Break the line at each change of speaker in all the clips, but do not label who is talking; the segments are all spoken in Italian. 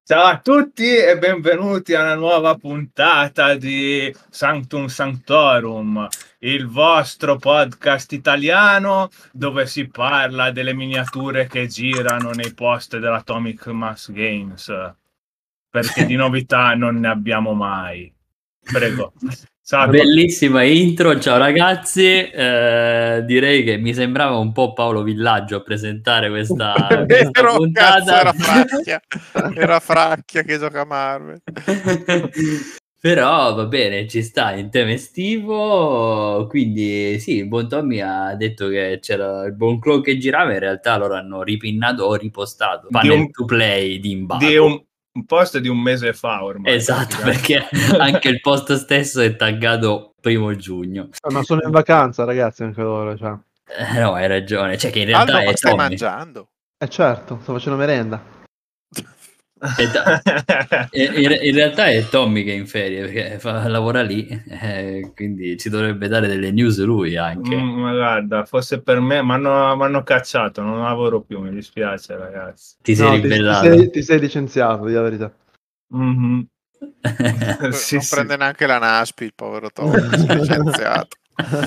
Ciao a tutti e benvenuti a una nuova puntata di Sanctum Sanctorum, il vostro podcast italiano dove si parla delle miniature che girano nei post dell'Atomic Mass Games, perché di novità non ne abbiamo mai. Prego. Ciao a tutti.
Bellissima intro, ciao ragazzi. Direi che mi sembrava un po' Paolo Villaggio a presentare questa puntata.
Era Fracchia che gioca a Marvel.
Però va bene, ci sta in tema estivo, quindi sì, il buon Tommy ha detto che c'era il buon Claw che girava, in realtà loro hanno ripinnato o ripostato panel to play di Imbago.
Di un post di un mese fa ormai.
Esatto, perché anche il post stesso è taggato 1 giugno.
Ma sono in vacanza, ragazzi, anche loro. Cioè.
No, hai ragione. Cioè, che in realtà
Aldo,
è
ma stai
Tommy.
mangiando?
Certo, sto facendo merenda.
In realtà è Tommy che è in ferie perché lavora lì, quindi ci dovrebbe dare delle news lui anche.
Ma guarda, fosse per me, mi hanno cacciato, non lavoro più, mi dispiace ragazzi.
Ti sei ribellato.
Ti sei licenziato, di la verità.
Mm-hmm.
Sì, non prende neanche la NASPI, il povero Tommy, licenziato.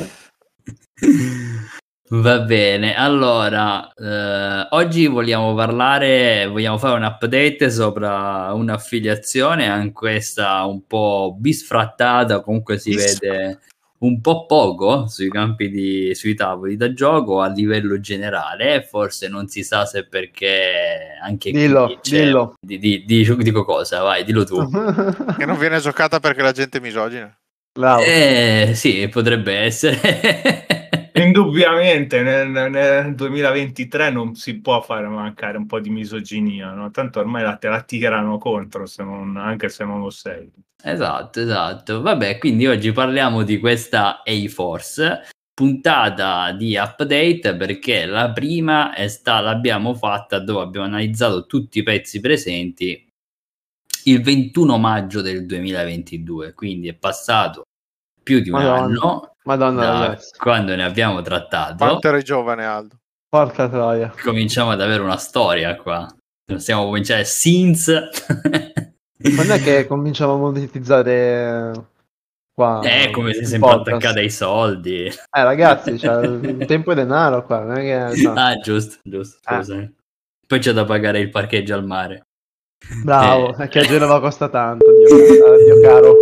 Va bene, allora oggi vogliamo fare un update sopra un'affiliazione, anche questa un po' bisfrattata, comunque si vede un po' poco sui sui tavoli da gioco a livello generale, forse non si sa se perché anche
dillo.
dico cosa, vai, dillo tu.
Che non viene giocata perché la gente è misogina.
Bravo.
Sì, potrebbe essere.
Indubbiamente nel 2023 non si può fare mancare un po' di misoginia, no? Tanto ormai te la tirano contro, anche se non lo sei.
Esatto. Vabbè, quindi oggi parliamo di questa A-Force, puntata di update, perché la prima l'abbiamo fatta dove abbiamo analizzato tutti i pezzi presenti il 21 maggio del 2022, quindi è passato più di un anno da quando ne abbiamo trattato.
Quanto eri giovane, Aldo?
Porca troia.
Cominciamo ad avere una storia qua. Possiamo cominciare since...
Quando è che cominciamo a monetizzare qua?
Come se sempre attaccata ai soldi.
Ragazzi, cioè, il tempo è denaro qua. Non è che,
Ah, giusto, scusa. Poi c'è da pagare il parcheggio al mare.
Bravo, che a Genova costa tanto, Dio caro.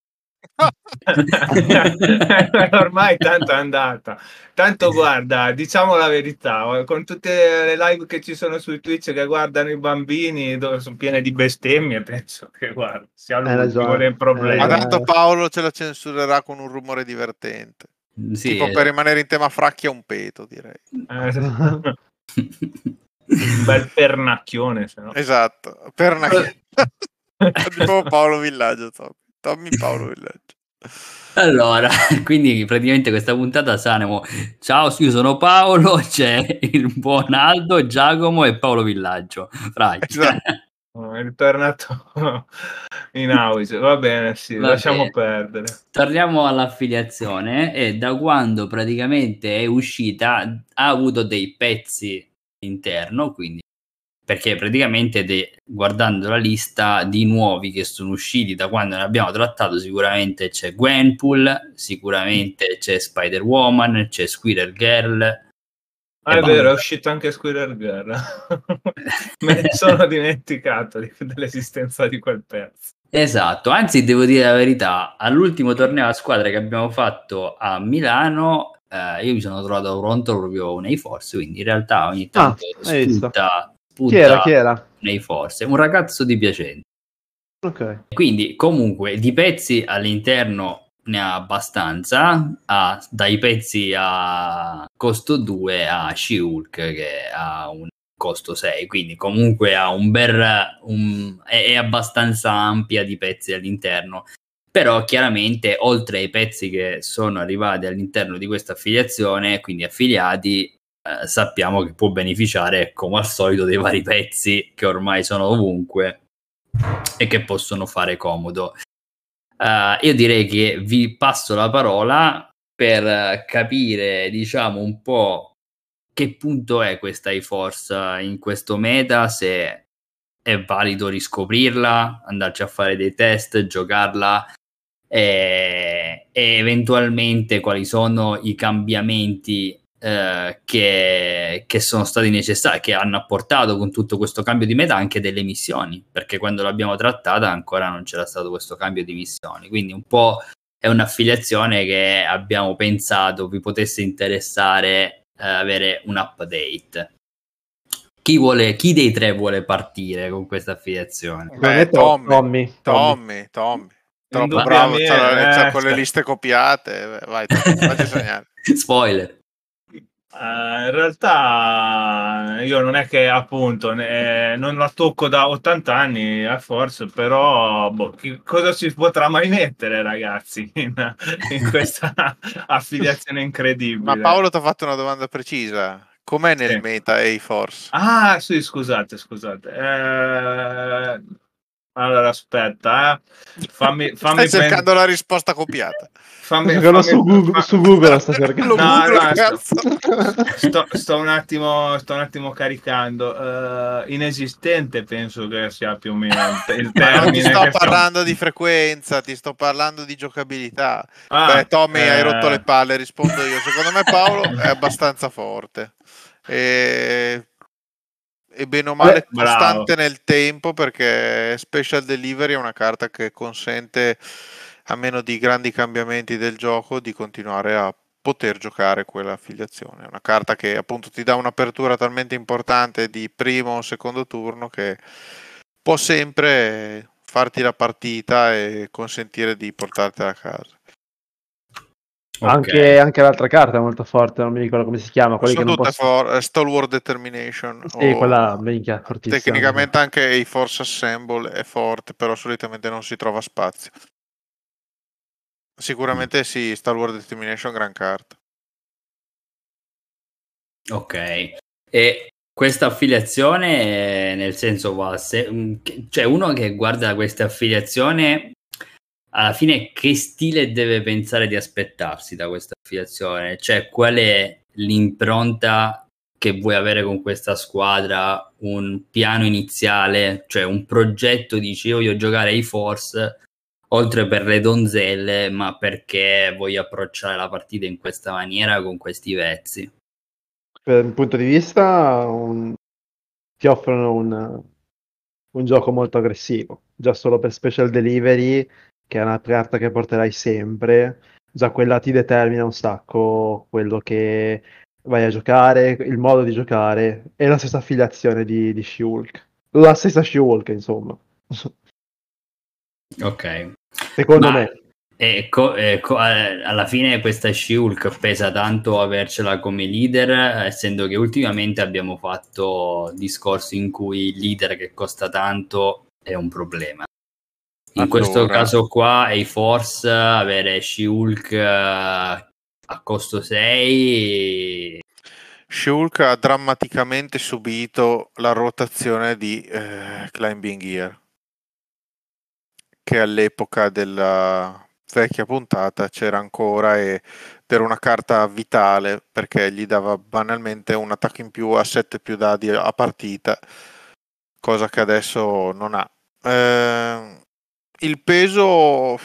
Ormai tanto è andata. Tanto guarda, diciamo la verità, con tutte le live che ci sono su Twitch che guardano i bambini, dove sono piene di bestemmie, penso che guarda, sia l'ultimo dei problemi.
Ma tanto Paolo ce la censurerà con un rumore divertente. Sì, tipo per rimanere in tema Fracchia un peto, direi.
Un bel pernacchione, se no.
Esatto, pernacchione. Tipo Paolo Villaggio, Tommy Paolo Villaggio.
Allora, quindi praticamente questa puntata saremo: ciao, io sono Paolo, c'è il buon Aldo, Giacomo e Paolo Villaggio.
Esatto.
È ritornato in auge, va bene, sì, lasciamo perdere.
Torniamo all'affiliazione, e da quando praticamente è uscita ha avuto dei pezzi interno, quindi perché praticamente guardando la lista di nuovi che sono usciti da quando ne abbiamo trattato, sicuramente c'è Gwenpool, sicuramente c'è Spider-Woman, c'è Squirrel Girl.
È vero, è uscito anche Squirrel Girl. Me ne sono dimenticato dell'esistenza di quel pezzo.
Esatto, anzi devo dire la verità, all'ultimo torneo a squadra che abbiamo fatto a Milano, io mi sono trovato pronto proprio un A-Force, quindi in realtà ogni tanto spunta
chi era?
nei forze, un ragazzo di Piacenza.
Ok.
Quindi comunque di pezzi all'interno ne ha abbastanza, dai pezzi a costo 2 a She-Hulk che ha un costo 6, quindi comunque ha è abbastanza ampia di pezzi all'interno. Però chiaramente oltre ai pezzi che sono arrivati all'interno di questa affiliazione, quindi affiliati, sappiamo che può beneficiare come al solito dei vari pezzi che ormai sono ovunque e che possono fare comodo. Io direi che vi passo la parola per capire, diciamo, un po' che punto è questa A-Force in questo meta, se è valido riscoprirla, andarci a fare dei test, giocarla e eventualmente quali sono i cambiamenti che sono stati necessari, che hanno apportato con tutto questo cambio di meta anche delle missioni, perché quando l'abbiamo trattata ancora non c'era stato questo cambio di missioni, quindi un po' è un'affiliazione che abbiamo pensato vi potesse interessare avere un update. Chi dei tre vuole partire con questa affiliazione?
Tommy. Troppo bravo, c'ha con le liste copiate. Vai, facci segnare.
Spoiler.
In realtà io non è che appunto non la tocco da 80 anni a forza, però cosa si potrà mai mettere, ragazzi, in questa affiliazione incredibile?
Ma Paolo ti ha fatto una domanda precisa. Com'è nel meta A-Force?
Ah, sì, scusate. Allora, aspetta, fammi
Stai cercando la risposta copiata.
Su Google la sta cercando.
Sto un attimo caricando. Inesistente penso che sia più o meno il termine.
Non ti sto parlando di frequenza, ti sto parlando di giocabilità. Beh, Tommy, hai rotto le palle, rispondo io. Secondo me Paolo è abbastanza forte. E bene o male costante nel tempo, perché Special Delivery è una carta che consente, a meno di grandi cambiamenti del gioco, di continuare a poter giocare quella affiliazione. È una carta che appunto ti dà un'apertura talmente importante di primo o secondo turno che può sempre farti la partita e consentire di portartela a casa.
Okay. Anche l'altra carta è molto forte, non mi ricordo come si chiama.
Sono tutte Stalwart Determination.
Sì, quella minchia, fortissima.
Tecnicamente anche i Force Assemble è forte, però solitamente non si trova spazio. Sicuramente sì, Stalwart Determination gran carta.
Ok, e questa affiliazione nel senso cioè uno che guarda questa affiliazione alla fine che stile deve pensare di aspettarsi da questa affiliazione? Cioè qual è l'impronta che vuoi avere con questa squadra? Un piano iniziale, cioè un progetto, dici io voglio giocare ai Force oltre per le donzelle, ma perché voglio approcciare la partita in questa maniera con questi vezzi?
Per il punto di vista ti offrono un gioco molto aggressivo, già solo per Special Delivery, che è una carta che porterai sempre, già quella ti determina un sacco quello che vai a giocare, il modo di giocare, e la stessa affiliazione di She-Hulk. La stessa She-Hulk, insomma.
Ok.
Secondo me.
Alla fine questa She-Hulk pesa tanto avercela come leader, essendo che ultimamente abbiamo fatto discorsi in cui il leader che costa tanto è un problema. In questo caso qua è Force, avere She-Hulk a costo 6.
She-Hulk ha drammaticamente subito la rotazione di Climbing Gear, che all'epoca della vecchia puntata c'era ancora, e per una carta vitale, perché gli dava banalmente un attacco in più a 7 più dadi a partita, cosa che adesso non ha. Il peso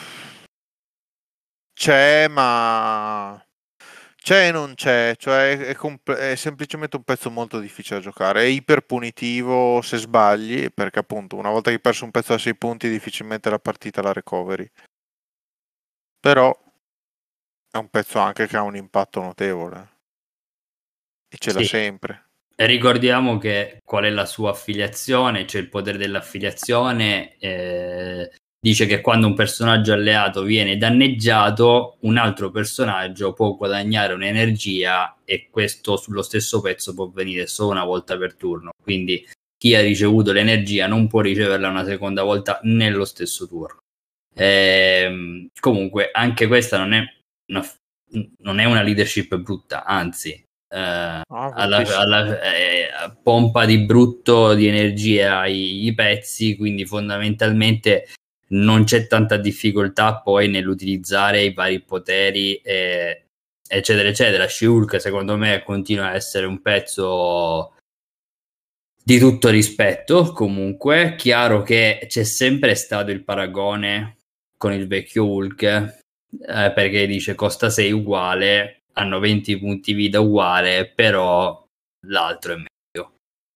c'è, ma c'è e non c'è, cioè è semplicemente un pezzo molto difficile da giocare, è iper punitivo se sbagli, perché appunto una volta che hai perso un pezzo da 6 punti difficilmente la partita la recoveri, però è un pezzo anche che ha un impatto notevole e ce l'ha sempre.
E ricordiamo che qual è la sua affiliazione, cioè il potere dell'affiliazione dice che quando un personaggio alleato viene danneggiato, un altro personaggio può guadagnare un'energia, e questo sullo stesso pezzo può avvenire solo una volta per turno, quindi chi ha ricevuto l'energia non può riceverla una seconda volta nello stesso turno. Comunque anche questa non è una leadership brutta, anzi pompa di brutto di energia i pezzi, quindi fondamentalmente non c'è tanta difficoltà poi nell'utilizzare i vari poteri eccetera eccetera. She-Hulk secondo me continua a essere un pezzo di tutto rispetto. Comunque chiaro che c'è sempre stato il paragone con il vecchio Hulk, perché dice costa 6 uguale, hanno 20 punti vita uguale, però l'altro è meglio.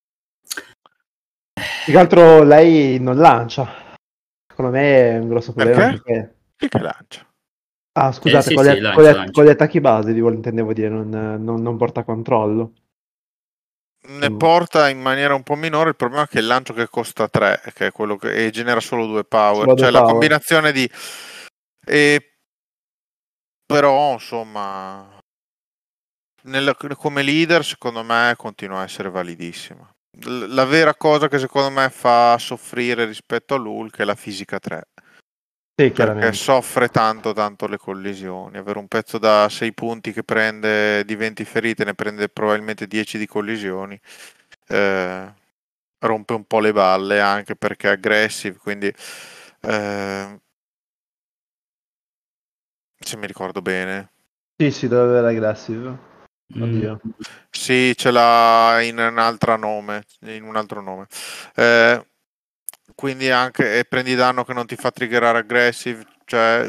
Più che altro lei non lancia. Secondo me è un grosso problema perché...
Che lancia?
Ah, scusate,
sì,
con,
sì, lancia.
Con gli attacchi base intendevo dire, non porta controllo.
Ne porta in maniera un po' minore. Il problema è che il lancio che costa 3, che è quello che genera solo 2 power,
Solo
cioè
due
la
power.
combinazione di... però insomma, come leader secondo me continua a essere validissima. La vera cosa che secondo me fa soffrire rispetto all'Hulk è la fisica 3.
Sì,
Perché
chiaramente.
soffre tanto le collisioni. Avere un pezzo da 6 punti che prende di 20 ferite, ne prende probabilmente 10 di collisioni, rompe un po' le balle, anche perché è aggressive, quindi se mi ricordo bene.
Sì, deve avere aggressive. Oddio.
Sì, ce l'ha in un altro nome. Quindi anche prendi danno che non ti fa triggerare aggressive, cioè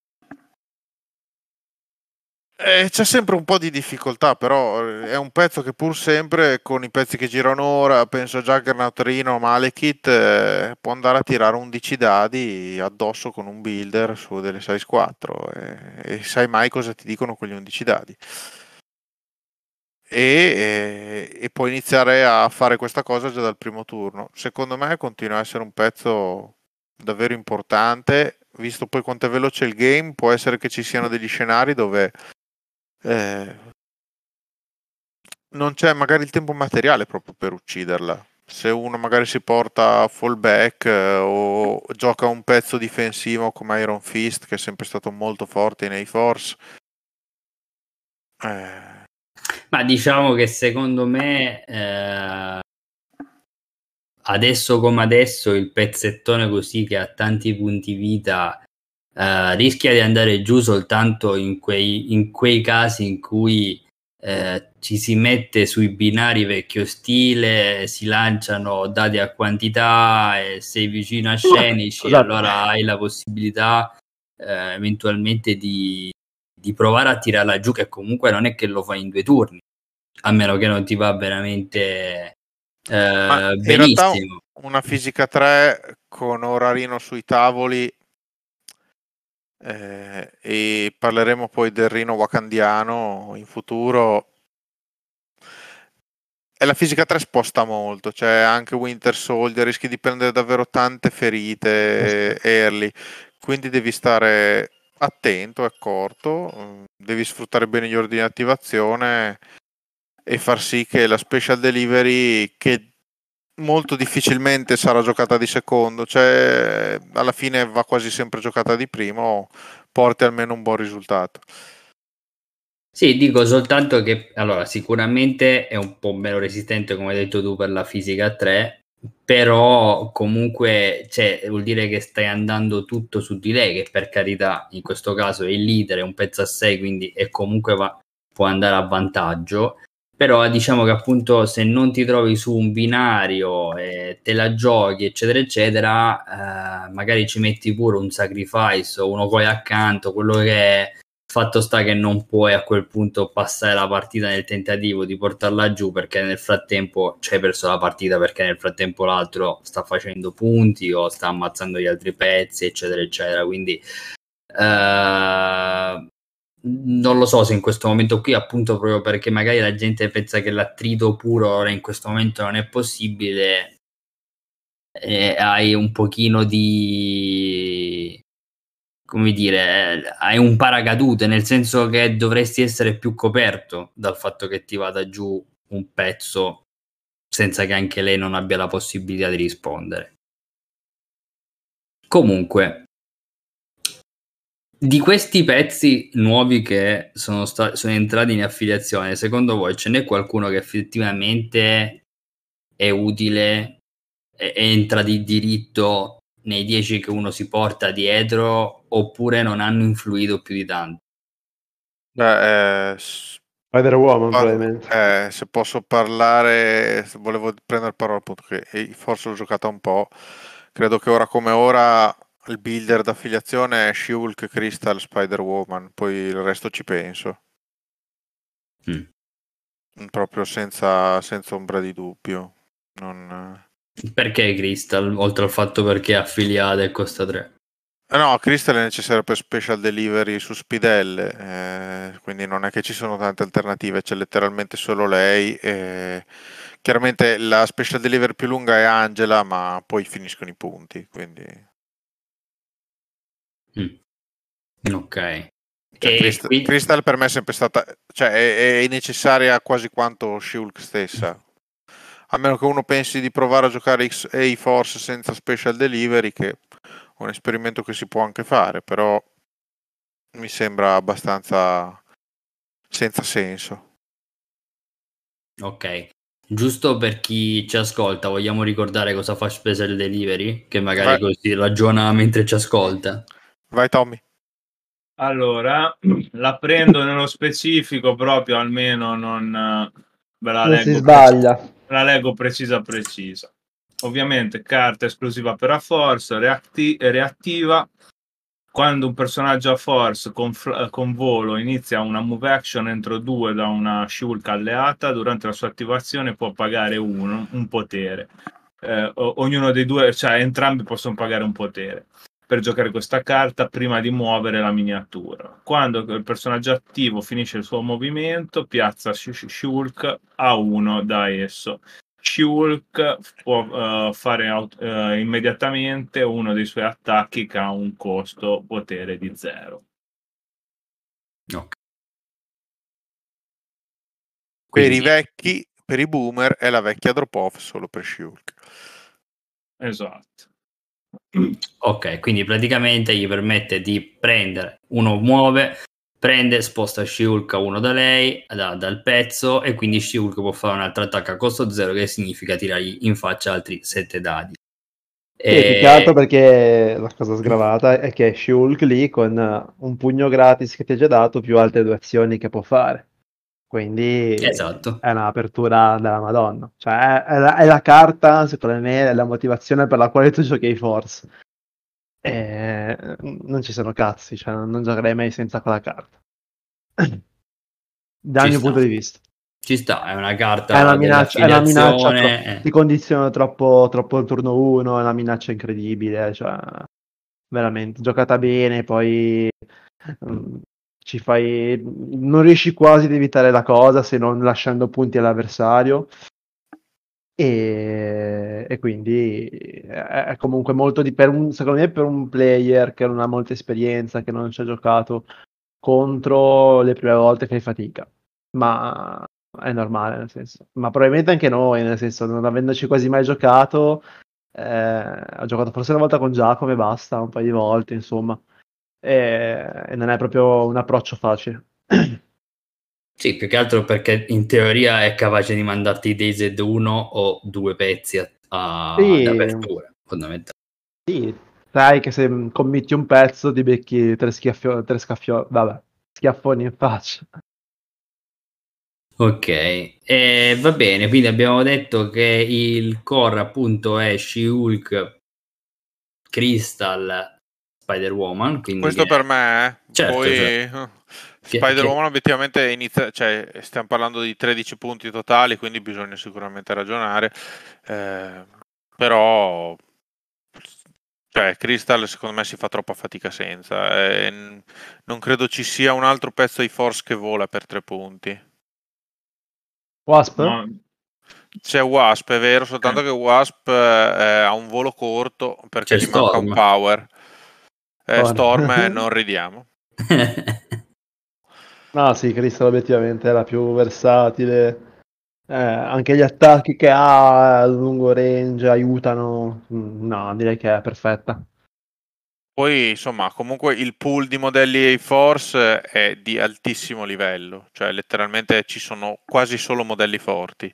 c'è sempre un po' di difficoltà, però è un pezzo che pur sempre con i pezzi che girano ora, penso a Juggernaut, Rhino, Malekith, può andare a tirare 11 dadi addosso con un builder su delle size 4 e sai mai cosa ti dicono quegli 11 dadi. E puoi iniziare a fare questa cosa già dal primo turno. Secondo me continua a essere un pezzo davvero importante, visto poi quanto è veloce il game. Può essere che ci siano degli scenari dove non c'è magari il tempo materiale proprio per ucciderla. Se uno magari si porta fallback o gioca un pezzo difensivo come Iron Fist, che è sempre stato molto forte in A-Force.
Ma diciamo che secondo me adesso come adesso il pezzettone così che ha tanti punti vita rischia di andare giù soltanto in quei casi in cui ci si mette sui binari vecchio stile, si lanciano dati a quantità e sei vicino a scenici, allora hai la possibilità eventualmente di provare a tirarla giù, che comunque non è che lo fai in 2 turni, a meno che non ti va veramente
in
benissimo.
realtà una fisica 3 con orarino sui tavoli, e parleremo poi del Rhino wakandiano in futuro. E la fisica 3 sposta molto, cioè anche Winter Soldier rischi di prendere davvero tante ferite early, quindi devi stare attento, è corto, devi sfruttare bene gli ordini di attivazione e far sì che la special delivery, che molto difficilmente sarà giocata di secondo, cioè alla fine va quasi sempre giocata di primo, porti almeno un buon risultato.
Sì, dico soltanto che allora sicuramente è un po' meno resistente, come hai detto tu, per la fisica 3, però comunque vuol dire che stai andando tutto su di lei, che per carità in questo caso è il leader, è un pezzo a 6, quindi e comunque può andare a vantaggio. Però diciamo che appunto se non ti trovi su un binario e te la giochi eccetera eccetera, magari ci metti pure un sacrifice o uno poi accanto, quello che è. Fatto sta che non puoi a quel punto passare la partita nel tentativo di portarla giù, perché nel frattempo ci hai perso la partita, perché nel frattempo l'altro sta facendo punti o sta ammazzando gli altri pezzi eccetera eccetera. Quindi non lo so se in questo momento qui, appunto proprio perché magari la gente pensa che l'attrito puro ora in questo momento non è possibile, hai un pochino di, come dire, hai un paracadute, nel senso che dovresti essere più coperto dal fatto che ti vada giù un pezzo senza che anche lei non abbia la possibilità di rispondere. Comunque, di questi pezzi nuovi che sono entrati in affiliazione, secondo voi ce n'è qualcuno che effettivamente è utile e entra di diritto nei 10 che uno si porta dietro, oppure non hanno influito più di tanto?
Spider-Woman probabilmente.
Se posso parlare, volevo prendere parola appunto che forse l'ho giocata un po'. Credo che ora come ora il builder d'affiliazione è She-Hulk, Crystal, Spider-Woman, poi il resto ci penso. Proprio senza ombra di dubbio.
Perché Crystal? Oltre al fatto perché è affiliata e costa 3.
No, Crystal è necessaria per special delivery su spidelle, quindi non è che ci sono tante alternative, c'è letteralmente solo lei. Chiaramente la special delivery più lunga è Angela, ma poi finiscono i punti, quindi...
Ok.
Cioè, Crystal per me è sempre stata, cioè è necessaria quasi quanto She-Hulk stessa. A meno che uno pensi di provare a giocare A-Force senza special delivery, che è un esperimento che si può anche fare, però mi sembra abbastanza senza senso.
Ok, giusto per chi ci ascolta, vogliamo ricordare cosa fa Special Delivery? Che magari così ragiona mentre ci ascolta.
Vai Tommy.
Allora, la prendo nello specifico proprio, almeno non ve la leggo.
Non si sbaglia.
La leggo precisa. Ovviamente carta esclusiva per la Force, reattiva. Quando un personaggio a Force con volo inizia una move action entro 2 da una She-Hulk alleata, durante la sua attivazione può pagare un potere. Ognuno dei due, cioè entrambi possono pagare un potere per giocare questa carta prima di muovere la miniatura. Quando il personaggio attivo finisce il suo movimento, piazza She-Hulk a 1 da esso. She-Hulk può fare immediatamente uno dei suoi attacchi che ha un costo potere di 0.
Okay.
Per i vecchi, per i boomer è la vecchia drop-off solo per She-Hulk.
Esatto.
Ok, quindi praticamente gli permette di prendere, uno muove, prende, sposta She-Hulk a uno da lei, dal pezzo, e quindi She-Hulk può fare un altro attacco a costo 0, che significa tirargli in faccia altri 7 dadi.
Più che altro perché la cosa sgravata è che She-Hulk lì con un pugno gratis che ti ha già dato più altre 2 azioni che può fare. Quindi
esatto.
È un'apertura della Madonna. Cioè è la carta, secondo me, è la motivazione per la quale tu giochi Force. Non ci sono cazzi, cioè non giocherei mai senza quella carta. Dal mio punto di vista.
Ci sta, è una carta
è una minaccia ti condiziona troppo il turno 1, è una minaccia incredibile, cioè veramente giocata bene, poi ci fai, non riesci quasi ad evitare la cosa se non lasciando punti all'avversario, e quindi è comunque molto secondo me per un player che non ha molta esperienza, che non ci ha giocato contro, le prime volte fai fatica, ma è normale, nel senso, ma probabilmente anche noi, nel senso, non avendoci quasi mai giocato, ho giocato forse una volta con Giacomo e basta, un paio di volte, insomma, e non è proprio un approccio facile.
Sì, più che altro perché in teoria è capace di mandarti dei Z1 o 2 pezzi ad apertura, fondamentalmente.
Sì, sai che se commetti un pezzo ti becchi 3 schiaffoni in faccia.
Ok, va bene, quindi abbiamo detto che il core appunto è She-Hulk, Crystal, Spider-Woman.
Questo per me,
certo,
poi
cioè,
Spider-Woman obiettivamente inizia, cioè stiamo parlando di 13 punti totali, quindi bisogna sicuramente ragionare, però cioè Crystal secondo me si fa troppa fatica senza, non credo ci sia un altro pezzo di Force che vola per 3 punti.
Wasp?
No.
C'è Wasp, è vero, soltanto che Wasp ha un volo corto perché gli manca un power. Storm non ridiamo.
No, sì, Crystal obiettivamente è la più versatile. Anche gli attacchi che ha a lungo range aiutano. No, direi che è perfetta.
Poi, insomma, comunque il pool di modelli A-Force è di altissimo livello, cioè letteralmente ci sono quasi solo modelli forti.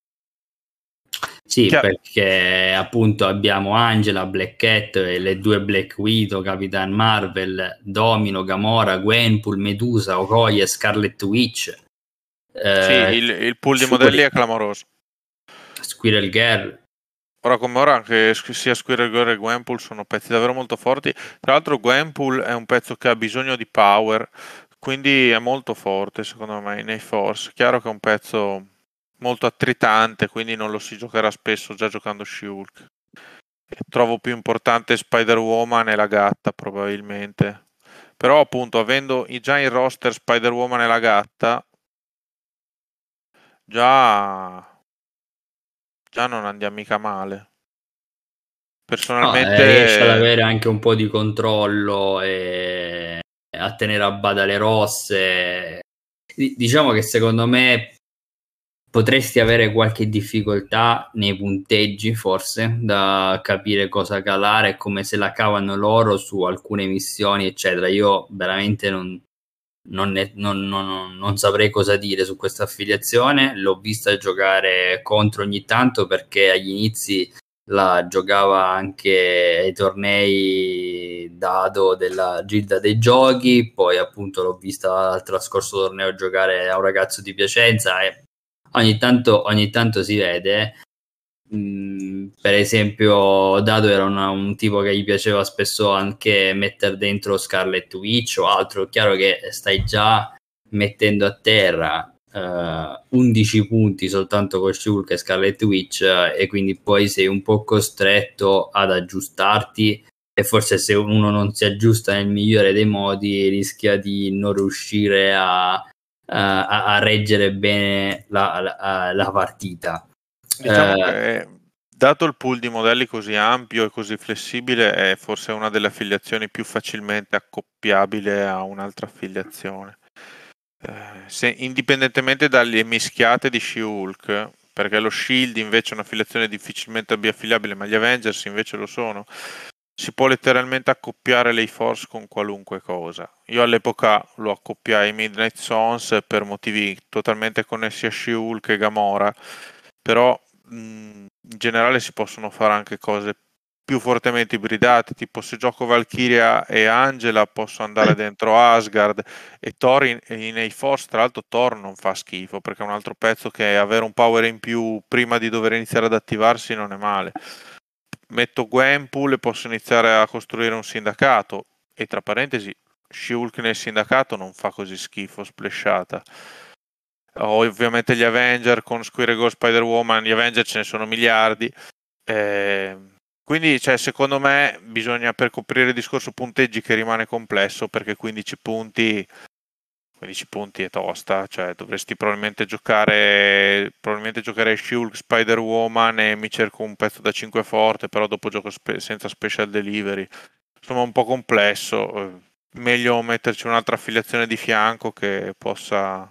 Sì, perché appunto abbiamo Angela, Black Cat, le 2 Black Widow, Capitan Marvel, Domino, Gamora, Gwenpool, Medusa, Okoye, Scarlet Witch.
Sì, il pool di modelli è clamoroso.
Squirrel Girl.
Ora come ora anche sia Squirrel Girl che Gwenpool sono pezzi davvero molto forti. Tra l'altro Gwenpool è un pezzo che ha bisogno di power, quindi è molto forte secondo me nei Force. Chiaro che è un pezzo molto attritante, quindi non lo si giocherà spesso già giocando She-Hulk. Trovo più importante Spider-Woman e la gatta probabilmente. Però appunto avendo già in roster Spider-Woman e la gatta, già non andiamo mica male. Personalmente
riesce ad avere anche un po' di controllo e a tenere a bada le rosse. Diciamo che secondo me potresti avere qualche difficoltà nei punteggi, forse, da capire cosa calare e come se la cavano loro su alcune missioni, eccetera. Io veramente non saprei cosa dire su questa affiliazione. L'ho vista giocare contro ogni tanto perché agli inizi la giocava anche ai tornei dado della Gilda dei Giochi, poi appunto l'ho vista al trascorso torneo giocare a un ragazzo di Piacenza e ogni tanto si vede. Per esempio Dado era un tipo che gli piaceva spesso anche mettere dentro Scarlet Witch o altro. Chiaro che stai già mettendo a terra 11 punti soltanto con Shulk e Scarlet Witch, e quindi poi sei un po' costretto ad aggiustarti, e forse se uno non si aggiusta nel migliore dei modi rischia di non riuscire a reggere bene la partita.
diciamo che dato il pool di modelli così ampio e così flessibile è forse una delle affiliazioni più facilmente accoppiabile a un'altra affiliazione. Indipendentemente dalle mischiate di She-Hulk, perché lo Shield invece è un'affiliazione difficilmente biaffiliabile, ma gli Avengers invece lo sono, si può letteralmente accoppiare le Force con qualunque cosa. Io all'epoca lo accoppiai ai Midnight Sons per motivi totalmente connessi a She-Hulk e Gamora, però in generale si possono fare anche cose più fortemente ibridate, tipo se gioco Valkyria e Angela posso andare dentro Asgard, e Thor in A-Force, tra l'altro Thor non fa schifo perché è un altro pezzo che avere un power in più prima di dover iniziare ad attivarsi non è male. Metto Gwenpool e posso iniziare a costruire un sindacato, e tra parentesi She-Hulk nel sindacato non fa così schifo splashata. Ovviamente gli Avenger con Squirrel Girl, Spider-Woman, gli Avenger ce ne sono miliardi, quindi cioè, secondo me bisogna, per coprire il discorso punteggi che rimane complesso, perché 15 punti è tosta, cioè dovresti probabilmente giocare She-Hulk, Spider-Woman e mi cerco un pezzo da 5 forte, però dopo gioco senza special delivery, insomma un po' complesso, meglio metterci un'altra affiliazione di fianco che possa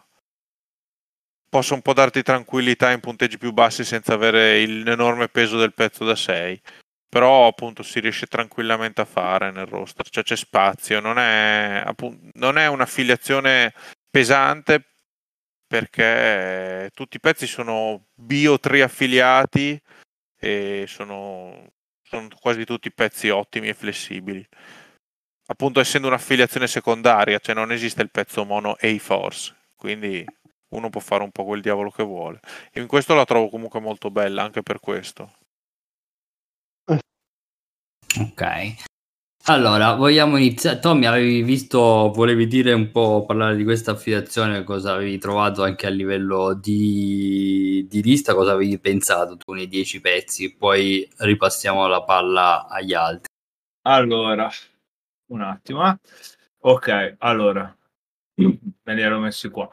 un po' darti tranquillità in punteggi più bassi senza avere l'enorme peso del pezzo da 6. Però appunto si riesce tranquillamente a fare nel roster, cioè c'è spazio, non è un'affiliazione pesante perché tutti i pezzi sono bio triaffiliati e sono quasi tutti pezzi ottimi e flessibili. Appunto essendo un'affiliazione secondaria, cioè non esiste il pezzo mono A-Force, quindi uno può fare un po' quel diavolo che vuole. E in questo la trovo comunque molto bella, anche per questo.
Ok, allora vogliamo iniziare. Tommy, volevi dire un po', parlare di questa affiliazione, cosa avevi trovato anche a livello di lista, cosa avevi pensato tu nei 10 pezzi, poi ripassiamo la palla agli altri.
Allora, un attimo. Ok, allora, me li ero messi qua.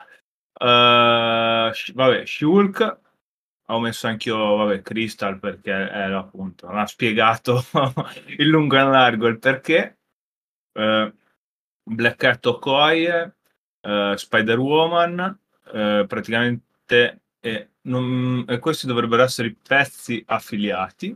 Vabbè, Shulk. Ho messo anch'io, vabbè, Crystal perché era appunto, ha spiegato in lungo e in largo il perché. Black Cat Okoye, Spider-Woman, praticamente, questi dovrebbero essere i pezzi affiliati.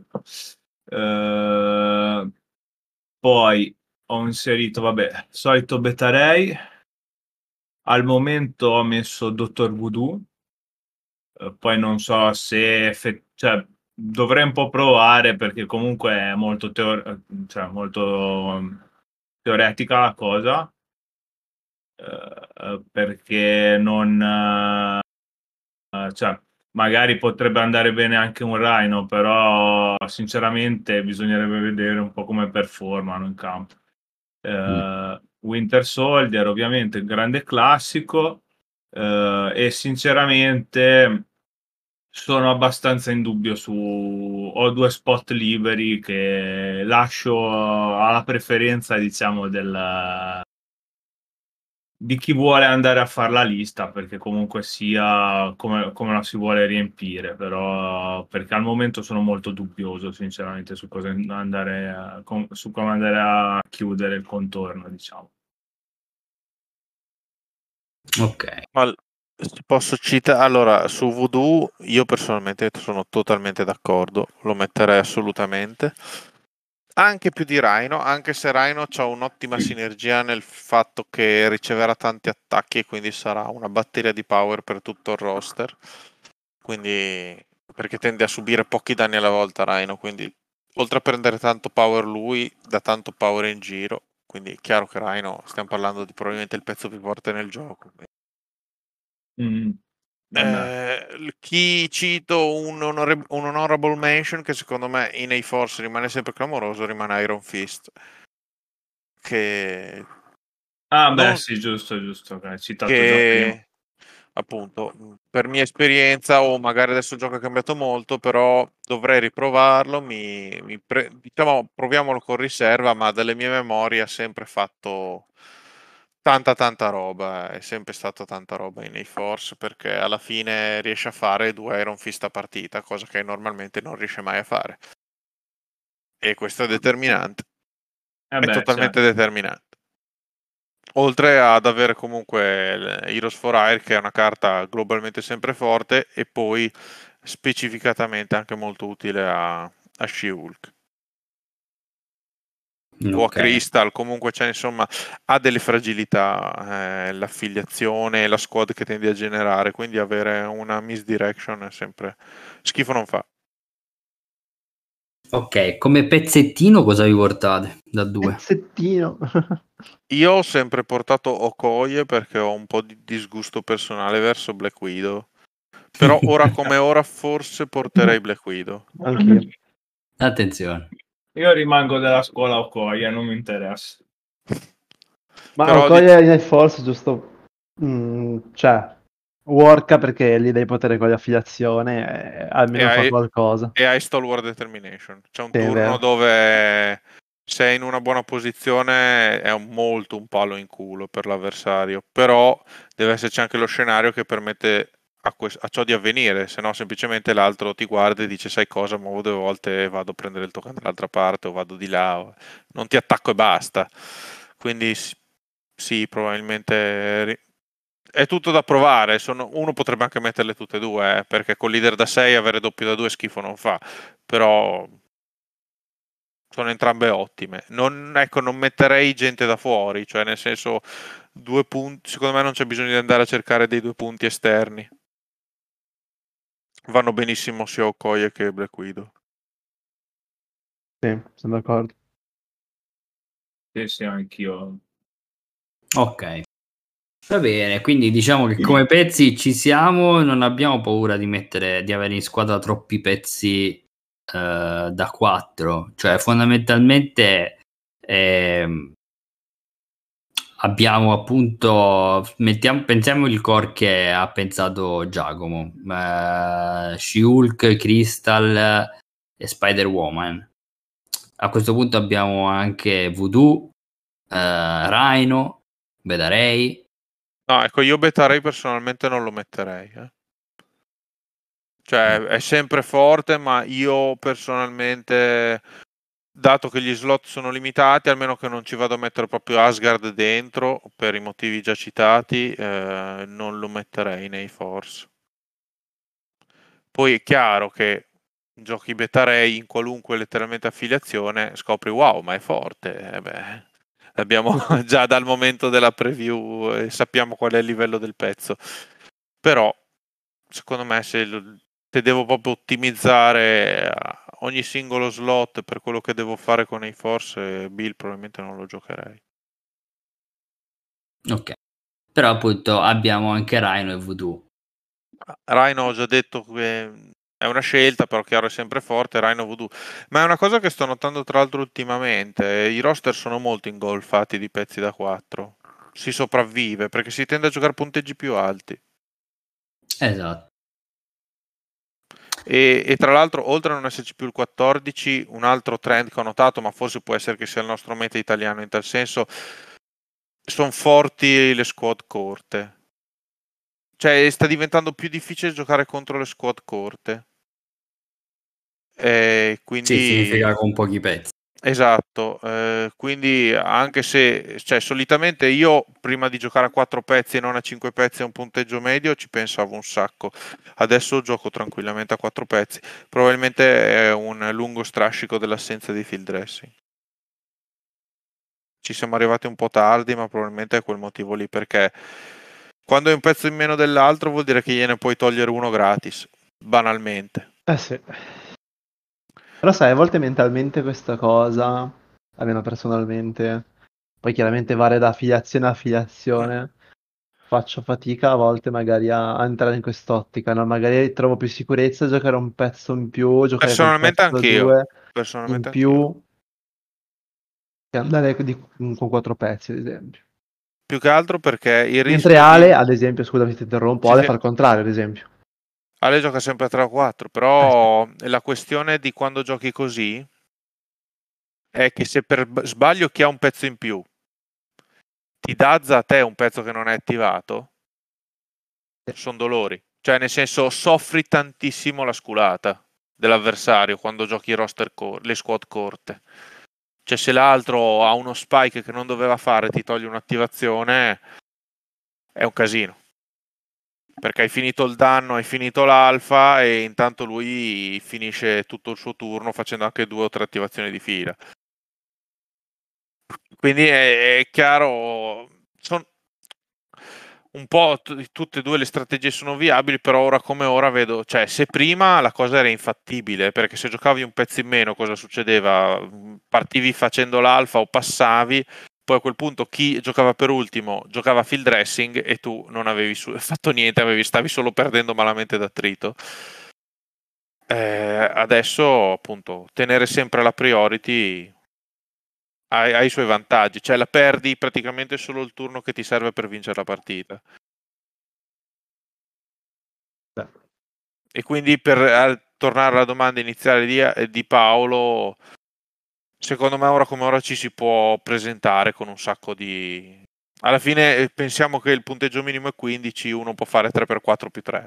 Poi ho inserito, vabbè, solito Beta Ray. Al momento ho messo Dottor Voodoo. Poi non so se cioè, dovrei un po' provare perché comunque è molto, cioè, molto teoretica la cosa, perché non cioè, magari potrebbe andare bene anche un Rhino, però sinceramente bisognerebbe vedere un po' come performano in campo. Winter Soldier ovviamente grande classico, e sinceramente sono abbastanza in dubbio su... Ho 2 spot liberi che lascio alla preferenza, diciamo, di chi vuole andare a fare la lista, perché comunque sia come la si vuole riempire, però perché al momento sono molto dubbioso, sinceramente, su cosa andare su come andare a chiudere il contorno, diciamo.
Ok.
Posso citare, allora, su Voodoo io personalmente sono totalmente d'accordo, lo metterei assolutamente. Anche più di Rhino, anche se Rhino ha un'ottima sinergia nel fatto che riceverà tanti attacchi e quindi sarà una batteria di power per tutto il roster. Quindi, perché tende a subire pochi danni alla volta Rhino, quindi oltre a prendere tanto power lui, dà tanto power in giro. Quindi è chiaro che Rhino, stiamo parlando di probabilmente il pezzo più forte nel gioco. Chi cito un honorable mention che secondo me in A-Force rimane sempre clamoroso, rimane Iron Fist. Che
Beh, sì, giusto, hai citato già prima.
che appunto per mia esperienza, o magari adesso il gioco è cambiato molto, però dovrei riprovarlo. Diciamo, proviamolo con riserva, ma dalle mie memorie ha sempre fatto tanta roba, è sempre stato tanta roba in A-Force, perché alla fine riesce a fare 2 Iron Fist a partita, cosa che normalmente non riesce mai a fare. E questo è determinante. È
Beh,
totalmente determinante. Oltre ad avere comunque Heroes for Hire, che è una carta globalmente sempre forte, e poi specificatamente anche molto utile a She-Hulk o a
Ok.
Crystal. Comunque c'è, insomma, ha delle fragilità, l'affiliazione e la squad che tendi a generare, quindi avere una misdirection è sempre schifo non fa.
Ok, come pezzettino cosa vi portate da 2?
Pezzettino.
Io ho sempre portato Okoye perché ho un po' di disgusto personale verso Black Widow. Però ora come ora forse porterei Black Widow.
Anch'io.
Attenzione.
Io rimango della scuola Okoye, non mi interessa.
Ma
Però
Okoye in Force giusto, cioè, worka perché gli dai potere con l'affiliazione e almeno fa qualcosa.
e hai Stalwart Determination. C'è un
Sì, è
turno
vero.
dove sei in una buona posizione, è molto un palo in culo per l'avversario, però deve esserci anche lo scenario che permette a ciò di avvenire, se no semplicemente l'altro ti guarda e dice sai cosa, muovo 2 volte e vado a prendere il token dall'altra parte o vado di là, non ti attacco e basta. Quindi sì, probabilmente è tutto da provare. Uno potrebbe anche metterle tutte e due, perché con leader da 6 avere doppio da 2 schifo non fa. Però sono entrambe ottime. Ecco, non metterei gente da fuori, cioè nel senso 2 punti. Secondo me non c'è bisogno di andare a cercare dei 2 punti esterni. Vanno benissimo sia Okoye che Black Widow.
Sì, sono d'accordo.
Sì, anch'io.
Ok. Va bene, quindi diciamo che come pezzi ci siamo, non abbiamo paura di avere in squadra troppi pezzi da 4, cioè fondamentalmente abbiamo appunto, pensiamo il core che ha pensato Giacomo, She-Hulk, Crystal e Spider-Woman. A questo punto abbiamo anche Voodoo, Rhino, Beta Ray.
No, ecco, io Beta Ray personalmente non lo metterei. Cioè, è sempre forte, ma io personalmente, dato che gli slot sono limitati, almeno che non ci vado a mettere proprio Asgard dentro, per i motivi già citati, non lo metterei nei Force. Poi è chiaro che giochi Beta Ray in qualunque letteralmente affiliazione, scopri wow, ma è forte. Beh, l'abbiamo già dal momento della preview e sappiamo qual è il livello del pezzo. Però, secondo me, se devo proprio ottimizzare ogni singolo slot per quello che devo fare con i Force, Bill probabilmente non lo giocherei.
Ok, però appunto abbiamo anche Rhino e Voodoo.
Rhino ho già detto che è una scelta, però chiaro è sempre forte, Rhino Voodoo. Ma è una cosa che sto notando tra l'altro ultimamente, i roster sono molto ingolfati di pezzi da 4. Si sopravvive perché si tende a giocare punteggi più alti.
Esatto.
E tra l'altro, oltre a non esserci più il 14, un altro trend che ho notato, ma forse può essere che sia il nostro meta italiano in tal senso, sono forti le squad corte. Cioè, sta diventando più difficile giocare contro le squad corte.
Sì, significa
Quindi,
con pochi pezzi.
esatto. Quindi, anche se, cioè, solitamente io prima di giocare a 4 pezzi e non a 5 pezzi a un punteggio medio ci pensavo un sacco. Adesso gioco tranquillamente a 4 pezzi. Probabilmente è un lungo strascico dell'assenza di field dressing. Ci siamo arrivati un po' tardi, ma probabilmente è quel motivo lì, perché quando hai un pezzo in meno dell'altro vuol dire che gliene puoi togliere uno gratis, banalmente.
Sì. Però sai, a volte mentalmente questa cosa, almeno personalmente, poi chiaramente varia da affiliazione a affiliazione, faccio fatica a volte magari a entrare in quest'ottica, no? Magari trovo più sicurezza a giocare un pezzo in più, giocare col
Personalmente
pezzo
anch'io.
2 in
Personalmente anch'io.
più, che andare con 4 pezzi, ad esempio.
Più che altro perché il
Mentre
rischio di...
Ale, ad esempio, scusami se ti interrompo,
Sì,
Ale
sì.
fa il contrario, ad esempio.
Ale gioca sempre a 3 o 4,
Sì.
però la questione di quando giochi così è che se per sbaglio chi ha un pezzo in più ti dazza a te un pezzo che non è attivato, sono dolori. Cioè, nel senso, soffri tantissimo la sculata dell'avversario quando giochi le squad corte. Cioè, se l'altro ha uno spike che non doveva fare, ti toglie un'attivazione, è un casino. Perché hai finito il danno, hai finito l'alfa e intanto lui finisce tutto il suo turno facendo anche 2 o 3 attivazioni di fila. Quindi è chiaro, sono un po' tutte e due le strategie sono viabili, però ora come ora vedo, cioè se prima la cosa era infattibile, perché se giocavi un pezzo in meno cosa succedeva? Partivi facendo l'alfa o passavi, poi a quel punto chi giocava per ultimo giocava field dressing e tu non avevi fatto niente, stavi solo perdendo malamente d'attrito. Adesso appunto tenere sempre la priority ha i suoi vantaggi, cioè la perdi praticamente solo il turno che ti serve per vincere la partita.
Beh.
E quindi per tornare alla domanda iniziale di Paolo, secondo me ora come ora ci si può presentare con un sacco di... Alla fine pensiamo che il punteggio minimo è 15, uno può fare 3x4 più 3.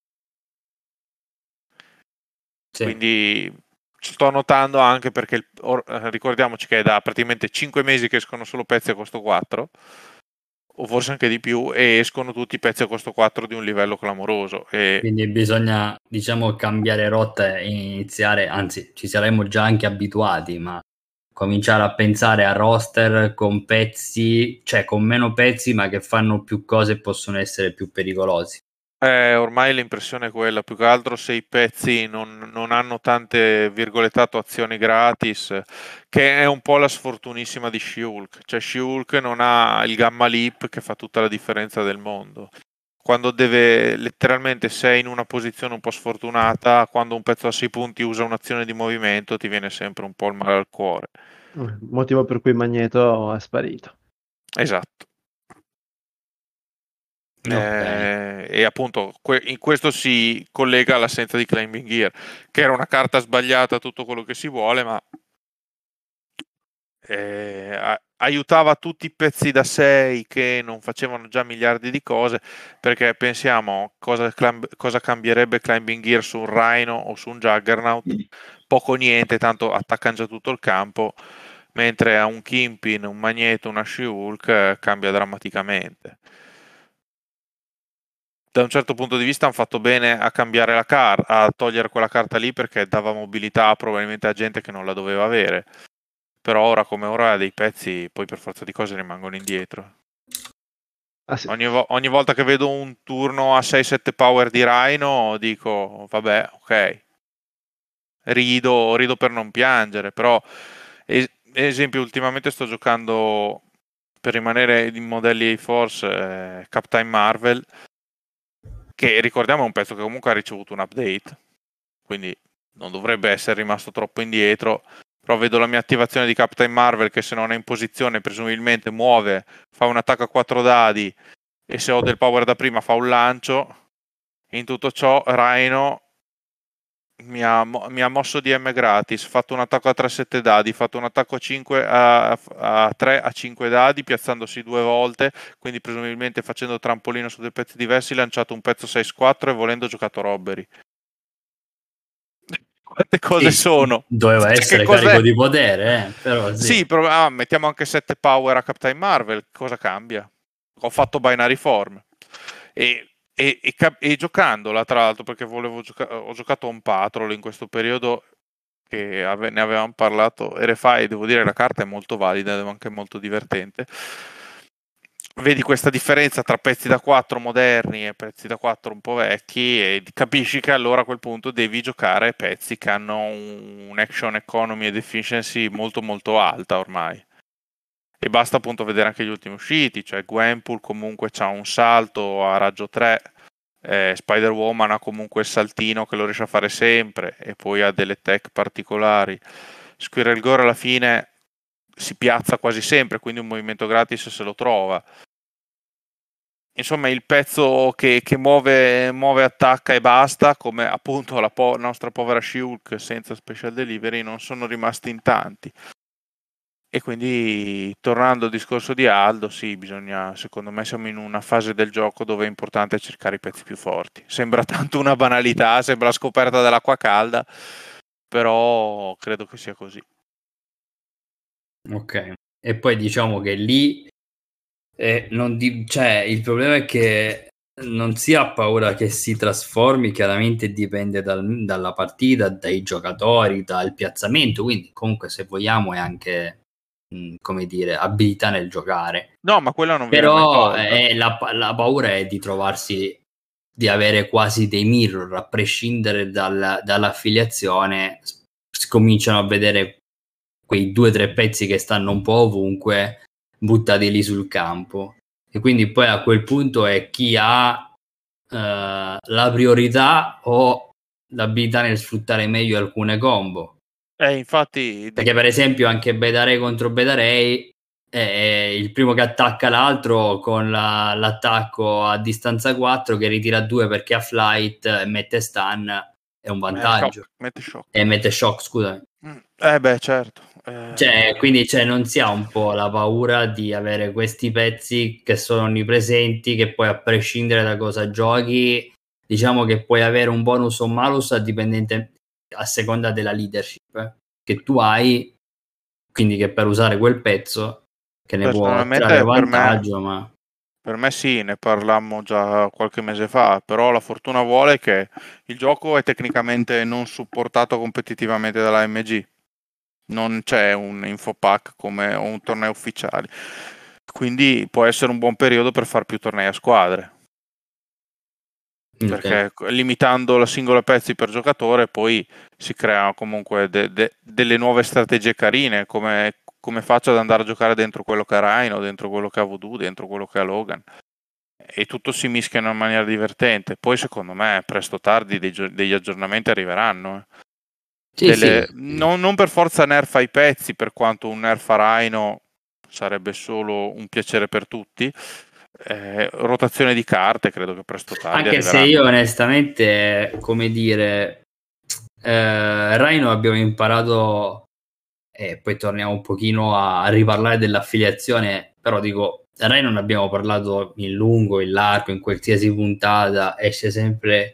Sì.
Quindi sto notando anche perché ricordiamoci che è da praticamente 5 mesi che escono solo pezzi a costo 4 o forse anche di più e escono tutti i pezzi a costo 4 di un livello clamoroso
Quindi bisogna, diciamo, cambiare rotta e iniziare, anzi ci saremmo già anche abituati, ma cominciare a pensare a roster con pezzi, cioè con meno pezzi ma che fanno più cose e possono essere più pericolosi.
Ormai l'impressione è quella, più che altro se i pezzi non hanno tante virgolettato azioni gratis, che è un po' la sfortunissima di Shulk. Cioè Shulk non ha il gamma leap che fa tutta la differenza del mondo. Quando deve, letteralmente sei in una posizione un po' sfortunata, quando un pezzo a 6 punti usa un'azione di movimento ti viene sempre un po' il male al cuore.
Motivo per cui Magneto è sparito.
Esatto.
Ok.
E appunto in questo si collega all'assenza di Climbing Gear, che era una carta sbagliata, tutto quello che si vuole, ma aiutava tutti i pezzi da 6 che non facevano già miliardi di cose, perché pensiamo cosa cambierebbe Climbing Gear su un Rhino o su un Juggernaut, poco niente, tanto attaccano già tutto il campo, mentre a un Kingpin, un Magneto, una She-Hulk cambia drammaticamente. Da un certo punto di vista hanno fatto bene a cambiare la carta, a togliere quella carta lì perché dava mobilità probabilmente a gente che non la doveva avere. Però ora come ora dei pezzi poi per forza di cose rimangono indietro.
Ah, sì.
Ogni volta che vedo un turno a 6-7 power di Rhino dico vabbè, ok. Rido per non piangere, però esempio ultimamente sto giocando per rimanere in modelli A-Force Captain Marvel che ricordiamo è un pezzo che comunque ha ricevuto un update, quindi non dovrebbe essere rimasto troppo indietro. Però vedo la mia attivazione di Captain Marvel che se non è in posizione presumibilmente muove, fa un attacco a 4 dadi e se ho del power da prima fa un lancio. In tutto ciò Rhino mi ha mosso DM gratis, fatto un attacco a 3-7 dadi, fatto un attacco a 5 a 3 a 5 dadi, piazzandosi 2 volte, quindi presumibilmente facendo trampolino su dei pezzi diversi, lanciato un pezzo 6-4 e volendo giocato robbery. Quante cose sono?
Doveva essere carico di potere, però
sì, mettiamo anche 7 power a Captain Marvel, cosa cambia? Ho fatto binary form e giocandola, tra l'altro, perché ho giocato un Patrol in questo periodo che ne avevamo parlato RFI, devo dire la carta è molto valida ed è anche molto divertente. Vedi questa differenza tra pezzi da 4 moderni e pezzi da 4 un po' vecchi e capisci che allora a quel punto devi giocare pezzi che hanno un action economy ed efficiency molto molto alta ormai. E basta appunto vedere anche gli ultimi usciti, cioè Gwenpool comunque c'ha un salto a raggio 3, Spider-Woman ha comunque il saltino che lo riesce a fare sempre e poi ha delle tech particolari. Squirrel Gore alla fine si piazza quasi sempre, quindi un movimento gratis se lo trova. Insomma, il pezzo che muove, attacca e basta, come appunto la nostra povera She-Hulk senza special delivery, non sono rimasti in tanti. E quindi, tornando al discorso di Aldo, sì, secondo me siamo in una fase del gioco dove è importante cercare i pezzi più forti. Sembra tanto una banalità, sembra la scoperta dell'acqua calda, però credo che sia così.
Ok, e poi diciamo che lì cioè, il problema è che non si ha paura che si trasformi, chiaramente dipende dalla partita, dai giocatori, dal piazzamento, quindi comunque se vogliamo è anche, come dire, abilità nel giocare.
No, ma quella non viene mai tolta.
La paura è di trovarsi, di avere quasi dei mirror, a prescindere dall'affiliazione, cominciano a vedere quei 2 o 3 pezzi che stanno un po' ovunque buttati lì sul campo, e quindi poi a quel punto è chi ha la priorità o l'abilità nel sfruttare meglio alcune combo.
Infatti,
perché per esempio anche Beta Ray contro Beta Ray è il primo che attacca l'altro con l'attacco a distanza 4 che ritira 2 perché ha flight e mette stun, è un vantaggio. Mette shock, scusami.
Certo.
Cioè, quindi non si ha un po' la paura di avere questi pezzi che sono onnipresenti, che poi a prescindere da cosa giochi, diciamo che puoi avere un bonus o un malus a seconda della leadership che tu hai, quindi che per usare quel pezzo che ne può trarre vantaggio. Ma
per me sì, ne parlammo già qualche mese fa, però la fortuna vuole che il gioco è tecnicamente non supportato competitivamente dalla AMG. Non c'è un infopack come un torneo ufficiale, quindi può essere un buon periodo per fare più tornei a squadre, perché limitando la singola pezzi per giocatore poi si creano comunque delle nuove strategie carine, come faccio ad andare a giocare dentro quello che ha Rhino, dentro quello che ha Voodoo, dentro quello che ha Logan, e tutto si mischia in una maniera divertente. Poi secondo me presto o tardi degli aggiornamenti arriveranno. Sì. Non per forza nerf ai pezzi, per quanto un nerf a Rhino sarebbe solo un piacere per tutti. Rotazione di carte credo che presto o tardi
anche
arriveranno.
se io onestamente, come dire, Rhino abbiamo imparato, e poi torniamo un pochino a riparlare dell'affiliazione, però dico, Rhino ne abbiamo parlato in lungo, in largo, in qualsiasi puntata esce sempre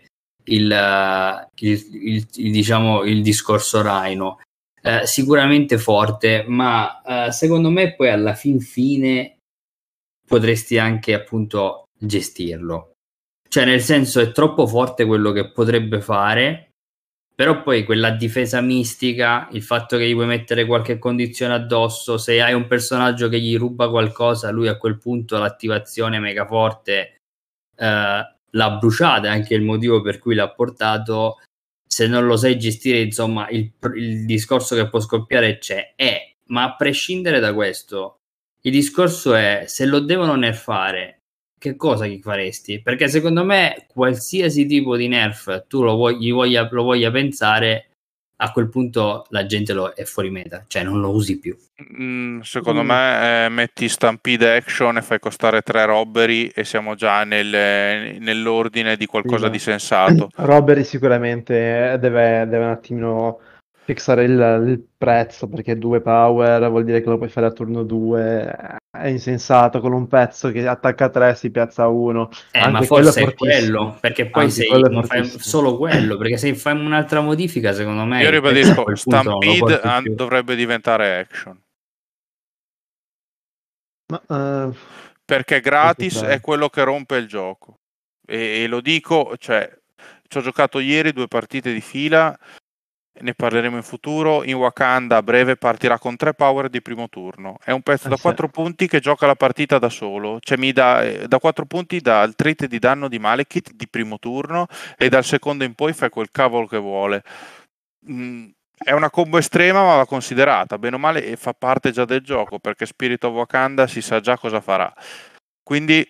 diciamo il discorso Rhino, sicuramente forte, ma secondo me poi alla fine potresti anche appunto gestirlo, cioè nel senso è troppo forte quello che potrebbe fare, però poi quella difesa mistica, il fatto che gli puoi mettere qualche condizione addosso, se hai un personaggio che gli ruba qualcosa, lui a quel punto l'attivazione mega forte l'ha bruciata, è anche il motivo per cui l'ha portato. Se non lo sai gestire, insomma, il discorso che può scoppiare ma a prescindere da questo, il discorso è, se lo devono nerfare che cosa gli faresti? Perché secondo me qualsiasi tipo di nerf tu lo voglia pensare, a quel punto la gente è fuori meta, cioè non lo usi più.
Secondo me metti Stampede Action e fai costare 3 robbery e siamo già nell'ordine di qualcosa di sensato.
Robbery sicuramente deve un attimino fissare il prezzo, perché 2 power vuol dire che lo puoi fare a turno 2, è insensato. Con un pezzo che attacca 3 si piazza 1,
ma
anche
forse
quello
è quello, perché poi
Anche
se
quello è
non fai
fortissimo.
solo quello, perché se fai un'altra modifica, secondo me
Io
il pezzo a
ribadisco,
quel punto non lo
Stampede
porti più.
dovrebbe diventare Action. Perché gratis è quello che rompe il gioco. E lo dico, cioè, ci ho giocato ieri 2 partite di fila, ne parleremo in futuro. In Wakanda a breve partirà con 3 power di primo turno. È un pezzo da 4 punti che gioca la partita da solo, cioè mi dà da 4 punti dà il trait di danno di Malekith di primo turno e dal secondo in poi fa quel cavolo che vuole. È una combo estrema, ma va considerata bene o male e fa parte già del gioco, perché Spirit of Wakanda si sa già cosa farà. Quindi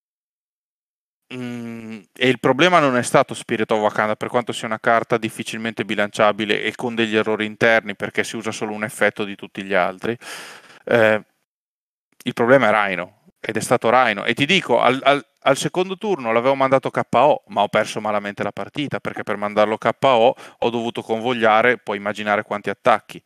e il problema non è stato Spirit of Wakanda, per quanto sia una carta difficilmente bilanciabile e con degli errori interni, perché si usa solo un effetto di tutti gli altri. Il problema è Rhino, ed è stato Rhino. E ti dico, al secondo turno l'avevo mandato KO, ma ho perso malamente la partita, perché per mandarlo KO ho dovuto convogliare, puoi immaginare quanti attacchi.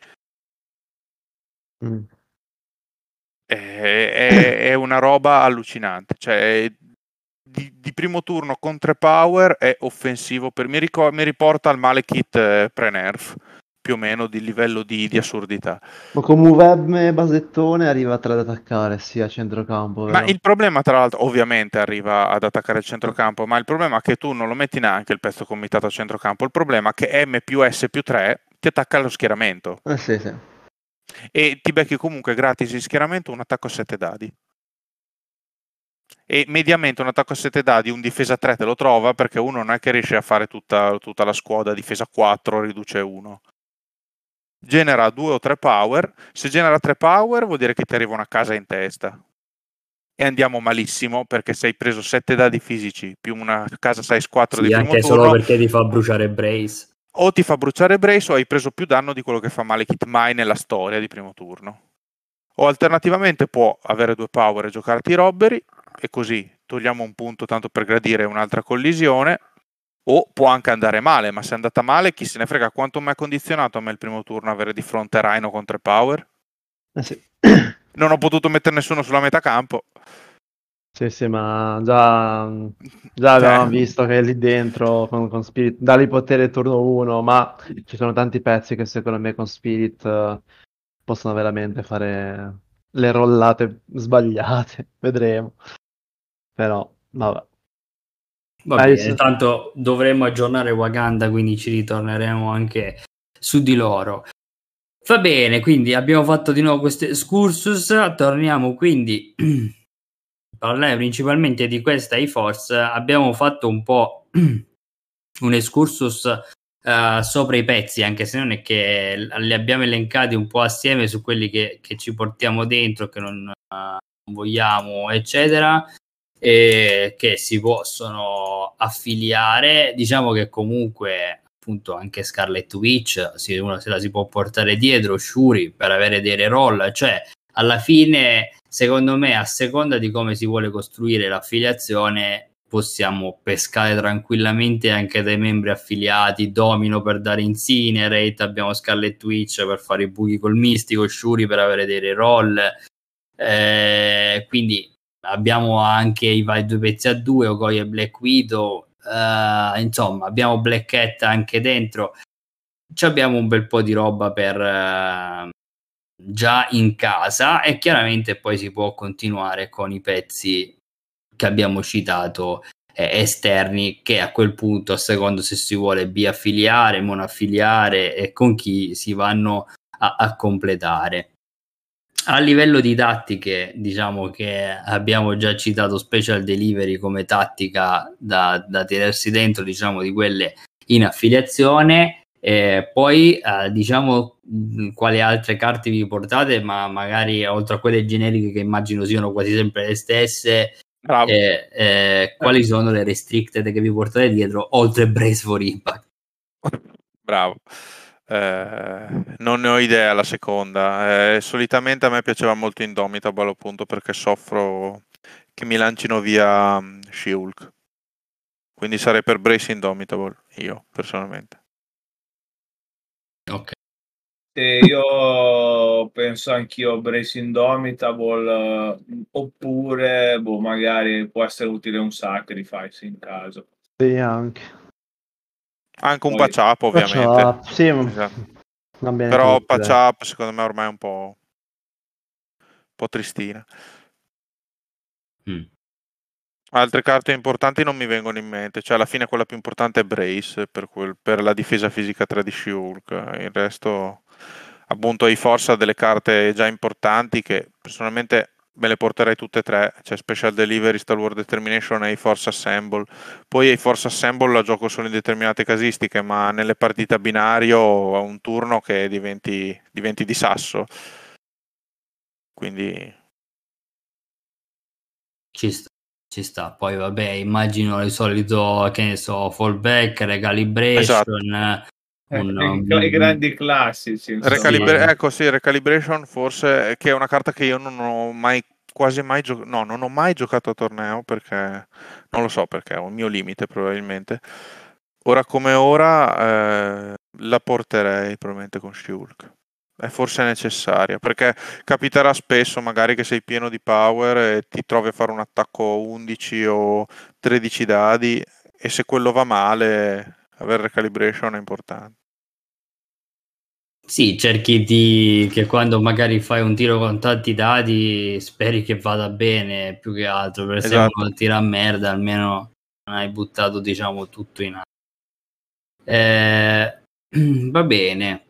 È una roba allucinante, cioè di primo turno con 3 power è offensivo, mi riporta al Malekith pre-nerf, più o meno di livello di assurdità.
Ma come web basettone arriva a 3 ad attaccare, sì, a centrocampo, vero?
Ma il problema, tra l'altro, ovviamente arriva ad attaccare il centrocampo, ma il problema è che tu non lo metti neanche il pezzo comitato a centrocampo, il problema è che M più S più 3 ti attacca allo schieramento.
Sì.
E ti becchi comunque gratis in schieramento un attacco a 7 dadi. E mediamente un attacco a 7 dadi, un difesa 3 te lo trova, perché uno non è che riesce a fare tutta la squadra, difesa 4, riduce 1. Genera 2 o 3 power, se genera 3 power vuol dire che ti arriva una casa in testa. E andiamo malissimo, perché se hai preso 7 dadi fisici più una casa size 4 di primo
anche
turno,
solo perché ti fa bruciare Brace.
O ti fa bruciare Brace o hai preso più danno di quello che fa Malekith mai nella storia di primo turno. O alternativamente può avere 2 power e giocarti robbery, e così togliamo un punto tanto per gradire un'altra collisione, o può anche andare male, ma se è andata male chi se ne frega. Quanto mi ha condizionato a me il primo turno avere di fronte Rhino con 3 power?
Sì.
Non ho potuto mettere nessuno sulla metà campo.
Sì, ma già avevamo visto che lì dentro con Spirit dà potere turno 1, ma ci sono tanti pezzi che secondo me con Spirit possono veramente fare le rollate sbagliate, vedremo. Però, vabbè.
Va bene, tanto dovremmo aggiornare Wakanda, quindi ci ritorneremo anche su di loro. Va bene, quindi abbiamo fatto di nuovo questo excursus, torniamo quindi a parlare principalmente di questa iForce. Abbiamo fatto un po' un excursus sopra i pezzi, anche se non è che li abbiamo elencati un po' assieme su quelli che ci portiamo dentro, che non vogliamo, eccetera, e che si possono affiliare. Diciamo che comunque appunto anche Scarlet Witch uno se la si può portare dietro, Shuri per avere dei reroll, cioè alla fine secondo me a seconda di come si vuole costruire l'affiliazione possiamo pescare tranquillamente anche dai membri affiliati. Domino per dare Incinerate, abbiamo Scarlet Witch per fare i buchi col mistico, Shuri per avere dei reroll, quindi abbiamo anche i vari 2 pezzi a 2, Okoye e Black Widow, insomma abbiamo Black Cat anche dentro, abbiamo un bel po' di roba per già in casa, e chiaramente poi si può continuare con i pezzi che abbiamo citato esterni, che a quel punto a secondo se si vuole biaffiliare, monoaffiliare e con chi si vanno a completare. A livello di tattiche, diciamo che abbiamo già citato Special Delivery come tattica da tenersi dentro, diciamo, di quelle in affiliazione. Poi diciamo quali altre carte vi portate, ma magari oltre a quelle generiche che immagino siano quasi sempre le stesse,
Bravo.
Quali sono le restricted che vi portate dietro oltre Brace for Impact?
Bravo. Non ne ho idea la seconda. Solitamente a me piaceva molto Indomitable, appunto perché soffro che mi lancino via She-Hulk. Quindi sarei per Brace Indomitable, io personalmente.
Ok.
Io penso anch'io Brace Indomitable, oppure magari può essere utile un sacrifice in caso.
Sì, anche.
Anche un
Poi,
patch up, ovviamente.
Patch up, sì,
Esatto.
va bene
Però
tutti,
patch
dai.
up secondo me ormai è un po' tristina.
Mm.
Altre carte importanti non mi vengono in mente, cioè alla fine quella più importante è Brace per la difesa fisica 3 di She-Hulk. Il resto, appunto, i Force ha delle carte già importanti che personalmente me le porterei tutte e tre, cioè Special Delivery, Stalwart Determination e i Force Assemble. Poi i Force Assemble la gioco solo in determinate casistiche, ma nelle partite a binario ho un turno che diventi di sasso. Quindi
Ci sta. Poi vabbè, immagino il solito, che ne so, fallback,
esatto.
recalibration,
i grandi classici, insomma.
Sì.
Ecco sì, Recalibration forse, che è una carta che io non ho mai, quasi mai giocato, no, non ho mai giocato a torneo perché, non lo so perché, ho un mio limite probabilmente. Ora come ora la porterei probabilmente con She-Hulk. È forse necessaria, perché capiterà spesso magari che sei pieno di power e ti trovi a fare un attacco 11 o 13 dadi e se quello va male, avere Recalibration è importante.
Sì, cerchi che quando magari fai un tiro con tanti dadi speri che vada bene più che altro, per se
Esatto.
uno tira a merda almeno non hai buttato diciamo tutto in aria. Va bene.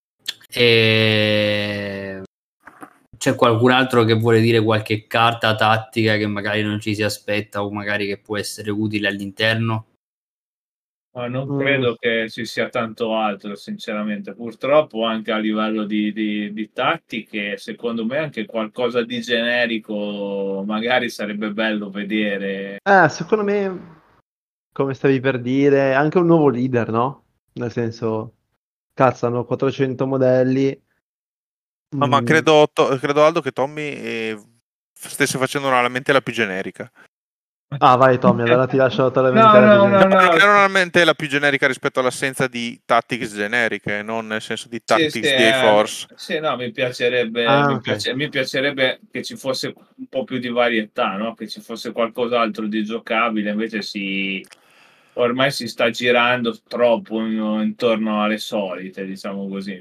C'è qualcun altro che vuole dire qualche carta tattica che magari non ci si aspetta o magari che può essere utile all'interno?
Ma non credo che ci sia tanto altro, sinceramente. Purtroppo anche a livello di tattiche, secondo me anche qualcosa di generico magari sarebbe bello vedere.
Secondo me, come stavi per dire, anche un nuovo leader, no? Nel senso, cazzo, hanno 400 modelli.
No, ma credo Aldo che Tommy stesse facendo una lamentela più generica.
Ah, vai Tommy, allora ti lascio la tua
No,
lamentela più
no, no,
No,
generale.
perché
no.
era una lamentela più generica rispetto all'assenza di tactics generiche, non nel senso di
Sì, sì,
tactics di A-Force.
sì, no, mi piacerebbe,
Ah, ok.
mi piacerebbe che ci fosse un po' più di varietà, no? Che ci fosse qualcos'altro di giocabile, invece ormai si sta girando troppo intorno alle solite, diciamo così.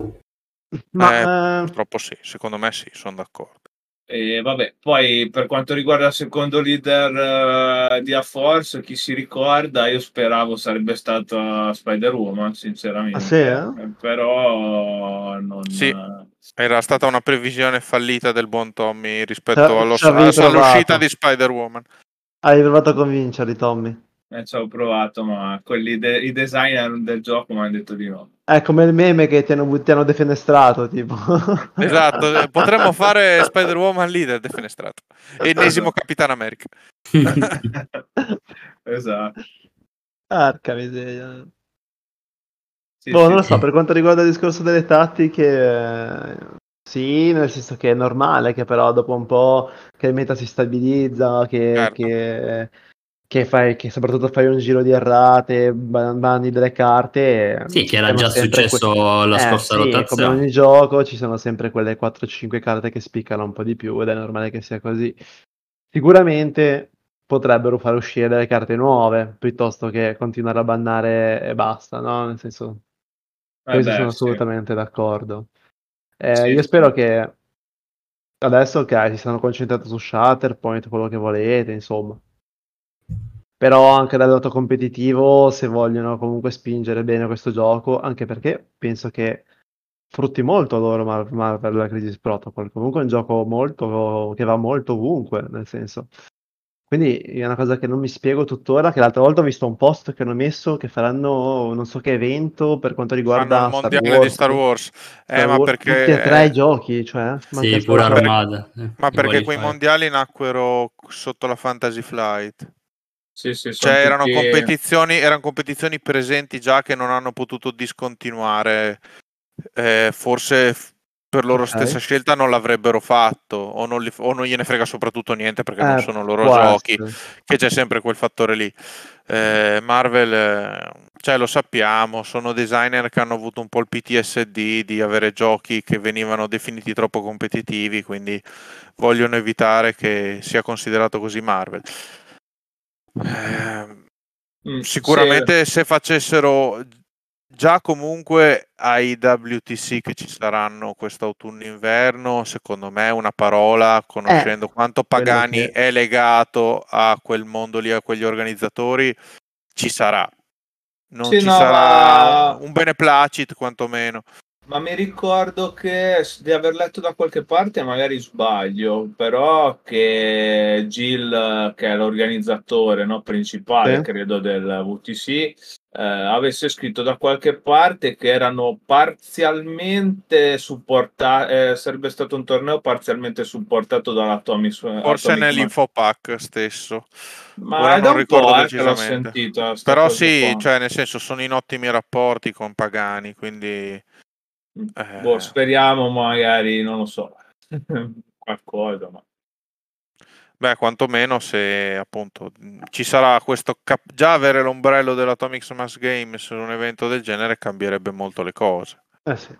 Ma
Purtroppo sì, secondo me sì, sono d'accordo.
E vabbè, poi per quanto riguarda il secondo leader di A-Force, chi si ricorda, io speravo sarebbe stata Spider-Woman,
sì?
sinceramente, però
Sì,
non...
era stata una previsione fallita del buon Tommy rispetto
Ci avevi
all'uscita di
provato.
Spider-Woman.
Hai provato a convincerli, Tommy.
Ci ho provato, ma i designer del gioco mi hanno detto di no.
È come il meme che ti hanno defenestrato, tipo.
Esatto, potremmo fare Spider-Woman leader defenestrato. Ennesimo
Esatto.
Capitan America.
Esatto.
Porca miseria.
Sì,
Boh, non
sì.
lo so, per quanto riguarda il discorso delle tattiche, sì, nel senso che è normale che però dopo un po' che il meta si stabilizza,
Certo.
che soprattutto fai un giro di errate, bandi delle carte,
Sì, che
ci
era
siano
già
sempre
successo la scorsa
sì, come in
rotazione.
ogni gioco ci sono sempre quelle 4-5 carte che spiccano un po' di più ed è normale che sia così. Sicuramente potrebbero far uscire delle carte nuove piuttosto che continuare a bannare e basta, no? Nel senso, questo
Beh,
sono
sì.
assolutamente d'accordo.
Sì,
Io
sì.
spero che adesso, ok, si stanno concentrando su Shatterpoint, quello che volete, insomma. Però anche dal lato competitivo, se vogliono comunque spingere bene questo gioco, anche perché penso che frutti molto loro Marvel Crisis Protocol. Comunque è un gioco molto che va molto ovunque, nel senso. Quindi è una cosa che non mi spiego tuttora, che l'altra volta ho visto un post che hanno messo che faranno non so che evento per quanto
Fanno il
riguarda Star
mondiale di
Wars.
Star Wars.
Star
Ma
Wars, tutti e tre i
perché
giochi, cioè, manca
Sì,
solo
pure
ma, per-
Armada.
ma
I
perché quei
qualifier.
mondiali nacquero sotto la Fantasy Flight?
Sì, sono
Cioè
tutti...
erano competizioni presenti già che non hanno potuto discontinuare. Forse per loro
Ok.
stessa scelta non l'avrebbero fatto o non gliene frega soprattutto niente perché non sono loro
Può
giochi,
essere.
che c'è sempre quel fattore lì. Marvel, cioè lo sappiamo, sono designer che hanno avuto un po' il PTSD di avere giochi che venivano definiti troppo competitivi, quindi vogliono evitare che sia considerato così Marvel.
sì.
Sicuramente se facessero già comunque ai WTC che ci saranno quest'autunno-inverno, secondo me una parola, conoscendo quanto
Quello
Pagani
che...
è legato a quel mondo lì, a quegli organizzatori, ci sarà. Non
Sì,
ci
no,
sarà un beneplacit quantomeno.
ma mi ricordo di aver letto da qualche parte, magari sbaglio, però che Gil, che è l'organizzatore, no, principale,
Sì?
credo, del VTC, avesse scritto da qualche parte che erano parzialmente supportati, sarebbe stato un torneo parzialmente supportato dall'Atomic
Forse
Atomic Man.
nell'Info Pack stesso.
Ma
Ora
è da
non
un
ricordo
po', che l'ho
precisamente.
sentita sta
Però
cosa
sì,
qua.
cioè nel senso sono in ottimi rapporti con Pagani, quindi
Boh,
eh,
speriamo magari, non lo so, qualcosa, ma...
beh, quantomeno se appunto ci sarà questo già avere l'ombrello dell'Atomic Mass Games su un evento del genere cambierebbe molto le cose.
Sì.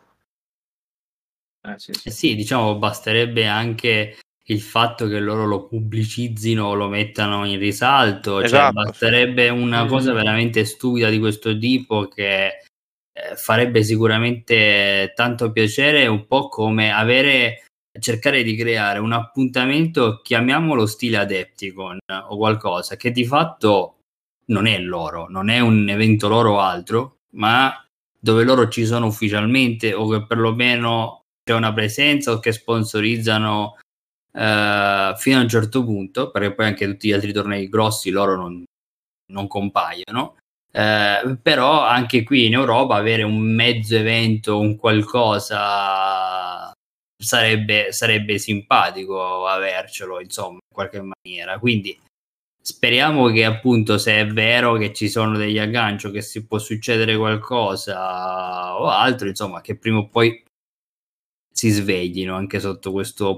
Sì,
Eh
sì.
sì, diciamo, basterebbe anche il fatto che loro lo pubblicizzino o lo mettano in risalto, cioè
Esatto, sì.
basterebbe una cosa
Mm.
veramente stupida di questo tipo che farebbe sicuramente tanto piacere, un po' come cercare di creare un appuntamento, chiamiamolo stile Adepticon o qualcosa, che di fatto non è loro, non è un evento loro o altro, ma dove loro ci sono ufficialmente o che perlomeno c'è una presenza o che sponsorizzano fino a un certo punto, perché poi anche tutti gli altri tornei grossi loro non compaiono. Però anche qui in Europa avere un mezzo evento, un qualcosa sarebbe simpatico avercelo, insomma, in qualche maniera. Quindi speriamo che appunto, se è vero che ci sono degli agganci, che si può succedere qualcosa o altro, insomma, che prima o poi si sveglino anche sotto questo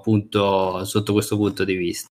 punto di vista.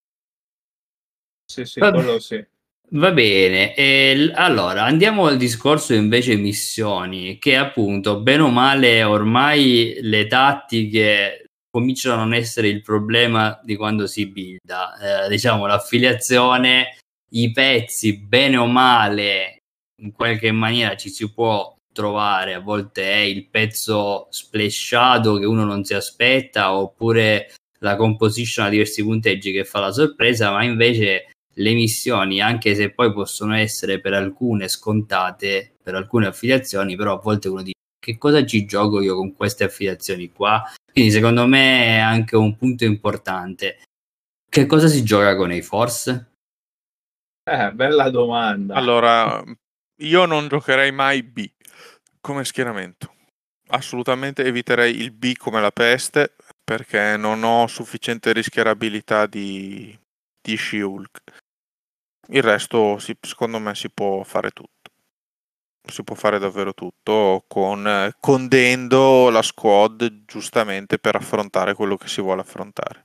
Sì,
Va,
quello sì.
va bene, allora andiamo al discorso invece missioni, che appunto bene o male ormai le tattiche cominciano a non essere il problema di quando si builda, diciamo l'affiliazione, i pezzi bene o male in qualche maniera ci si può trovare, a volte è il pezzo splashato che uno non si aspetta, oppure la composition a diversi punteggi che fa la sorpresa, ma invece le missioni, anche se poi possono essere per alcune scontate, per alcune affiliazioni, però a volte uno dice che cosa ci gioco io con queste affiliazioni qua? Quindi secondo me è anche un punto importante. Che cosa si gioca con i Force?
Bella domanda.
Allora, io non giocherei mai B come schieramento. Assolutamente eviterei il B come la peste perché non ho sufficiente rischiarabilità di She-Hulk. Il resto secondo me si può fare tutto. Si può fare davvero tutto condendo la squad giustamente per affrontare quello che si vuole affrontare.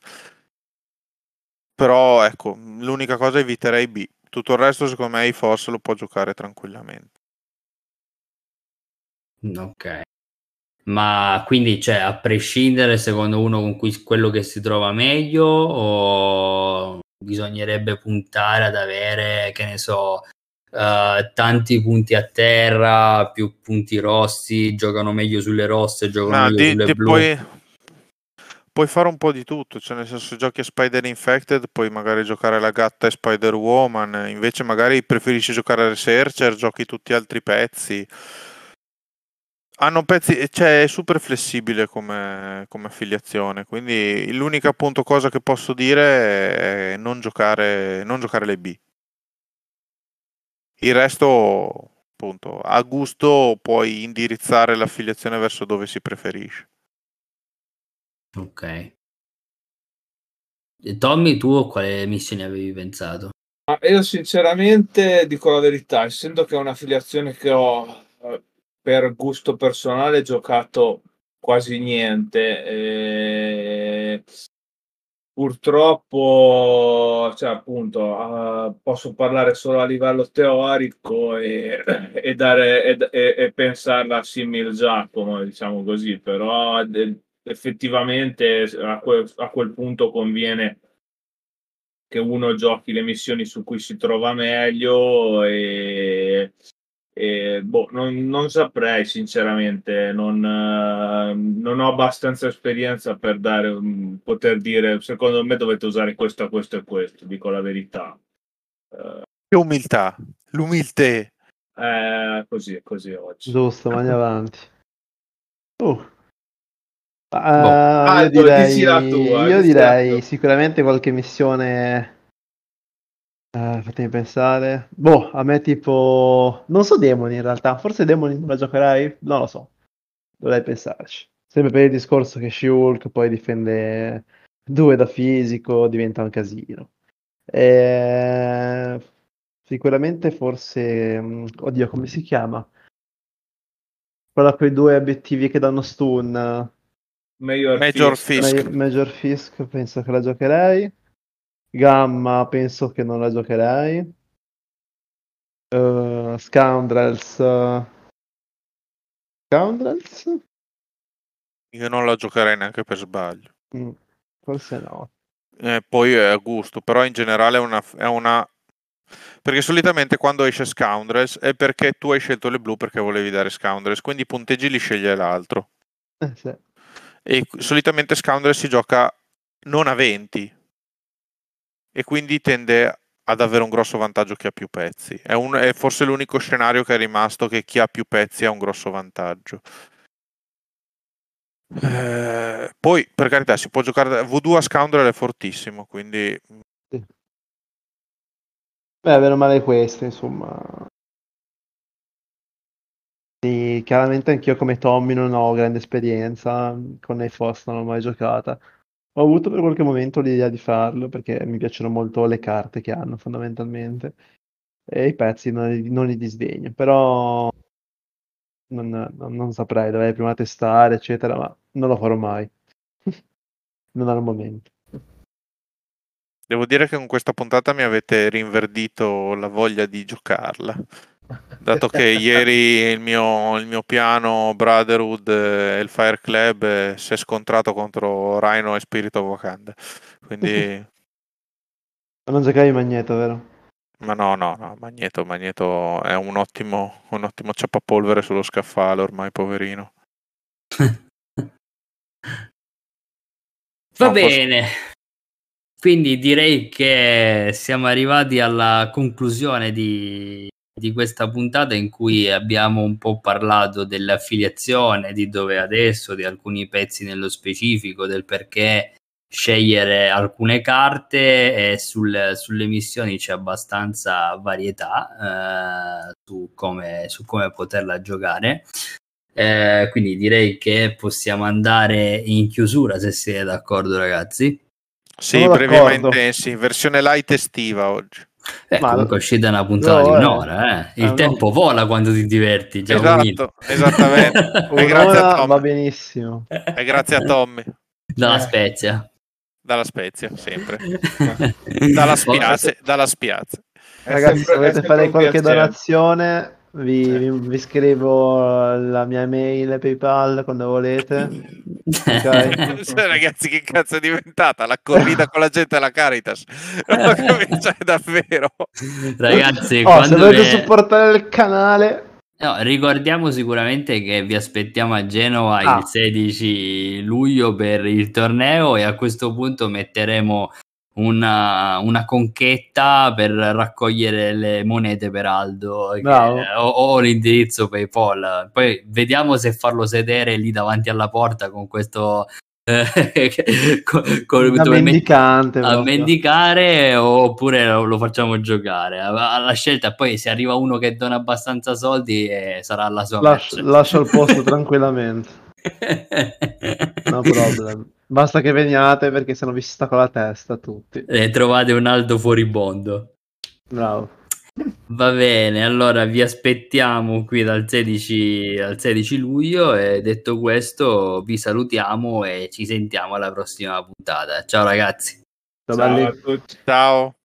Però ecco, l'unica cosa eviterei B. Tutto il resto secondo me forse lo può giocare tranquillamente.
Ok. Ma quindi, cioè, a prescindere, secondo uno con cui quello che si trova meglio, o bisognerebbe puntare ad avere, che ne so, tanti punti a terra, più punti rossi, giocano meglio sulle rosse, giocano
Ma
meglio sulle blu?
puoi fare un po' di tutto, cioè nel senso giochi a Spider Infected, puoi magari giocare la gatta e Spider-Woman, invece magari preferisci giocare a Researcher, giochi tutti altri pezzi. hanno pezzi, cioè è super flessibile come affiliazione, quindi l'unica appunto cosa che posso dire è non giocare le B. Il resto, appunto, a gusto puoi indirizzare l'affiliazione verso dove si preferisce.
Ok. E Tommy, tu quale missione avevi pensato?
Io sinceramente dico la verità, essendo che è un'affiliazione che ho per gusto personale giocato quasi niente, purtroppo, cioè appunto, posso parlare solo a livello teorico e pensarla simil Giacomo, diciamo così, però effettivamente a quel punto conviene che uno giochi le missioni su cui si trova meglio non saprei sinceramente, non ho abbastanza esperienza per poter dire secondo me dovete usare questo, questo e questo, dico la verità.
Che umiltà, l'umiltà.
Così è così oggi.
Giusto, vai avanti.
Boh.
Dici la tua,
Io
dici la
direi
tua.
sicuramente qualche missione. Fatemi pensare. A me tipo. Non so Demoni in realtà. Forse Demoni non la giocherai? Non lo so. Dovrei pensarci. Sempre per il discorso che She-Hulk poi difende 2 da fisico, diventa un casino. Sicuramente forse. Oddio, come si chiama? Quella con i 2 obiettivi che danno stun.
Major Fisk.
Major Fisk penso che la giocherei. Gamma penso che non la giocherei. Scoundrels. Scoundrels?
Io non la giocherei neanche per sbaglio.
Forse no.
Poi è a gusto, però in generale è una... Perché solitamente quando esce Scoundrels è perché tu hai scelto le blu perché volevi dare Scoundrels, quindi i punteggi li sceglie l'altro.
Sì.
E solitamente Scoundrels si gioca non a 20 e quindi tende ad avere un grosso vantaggio chi ha più pezzi. È forse l'unico scenario che è rimasto che chi ha più pezzi ha un grosso vantaggio. Poi per carità si può giocare V2 a Scoundrel è fortissimo, quindi
Sì. Beh, male questo, insomma. Sì, chiaramente anch'io come Tommy non ho grande esperienza con nei Force, non l'ho mai giocata. Ho avuto per qualche momento l'idea di farlo perché mi piacciono molto le carte che hanno fondamentalmente e i pezzi non li disdegno, però non saprei, dovrei prima testare, eccetera, ma non lo farò mai. Non al momento.
devo dire che con questa puntata mi avete rinverdito la voglia di giocarla. Dato che ieri il mio piano Brotherhood e il Fire Club si è scontrato contro Rhino e Spirit of Wakanda. Quindi...
Ma non giocavi Magneto, vero?
Ma no, Magneto è un ottimo acciappapolvere sullo scaffale ormai, poverino.
Va bene. Quindi direi che siamo arrivati alla conclusione di questa puntata in cui abbiamo un po' parlato dell'affiliazione, di dove adesso, di alcuni pezzi nello specifico, del perché scegliere alcune carte e sulle missioni c'è abbastanza varietà su come poterla giocare. Quindi direi che possiamo andare in chiusura, se siete d'accordo, ragazzi.
Sì, brevemente, sì, versione light estiva oggi.
Comunque è uscita una puntata di un'ora, il tempo vola quando ti diverti,
Giacomino. Esattamente. E grazie a Tommy.
Va benissimo.
E grazie a Tommy.
Dalla Spezia.
Dalla Spezia, sempre. Dalla Spiazza.
Ragazzi, se volete fare qualche donazione, vi scrivo la mia email PayPal quando volete. Okay.
Ragazzi, che cazzo è diventata la corrida con la gente alla Caritas? Cioè, davvero.
Ragazzi,
se volete supportare il canale,
ricordiamo sicuramente che vi aspettiamo a Genova il 16 luglio per il torneo e a questo punto metteremo una conchetta per raccogliere le monete per Aldo o l'indirizzo PayPal. Poi vediamo se farlo sedere lì davanti alla porta con questo
mendicante
a mendicare, oppure lo facciamo giocare alla scelta. Poi se arriva uno che dona abbastanza soldi sarà la sua
lascia il posto tranquillamente. No problem. Basta che veniate, perché sennò vi sta con la testa tutti.
Trovate un Aldo fuoribondo.
Bravo.
Va bene, allora vi aspettiamo qui dal 16 luglio e detto questo vi salutiamo e ci sentiamo alla prossima puntata. Ciao ragazzi.
Ciao a tutti.
Ciao.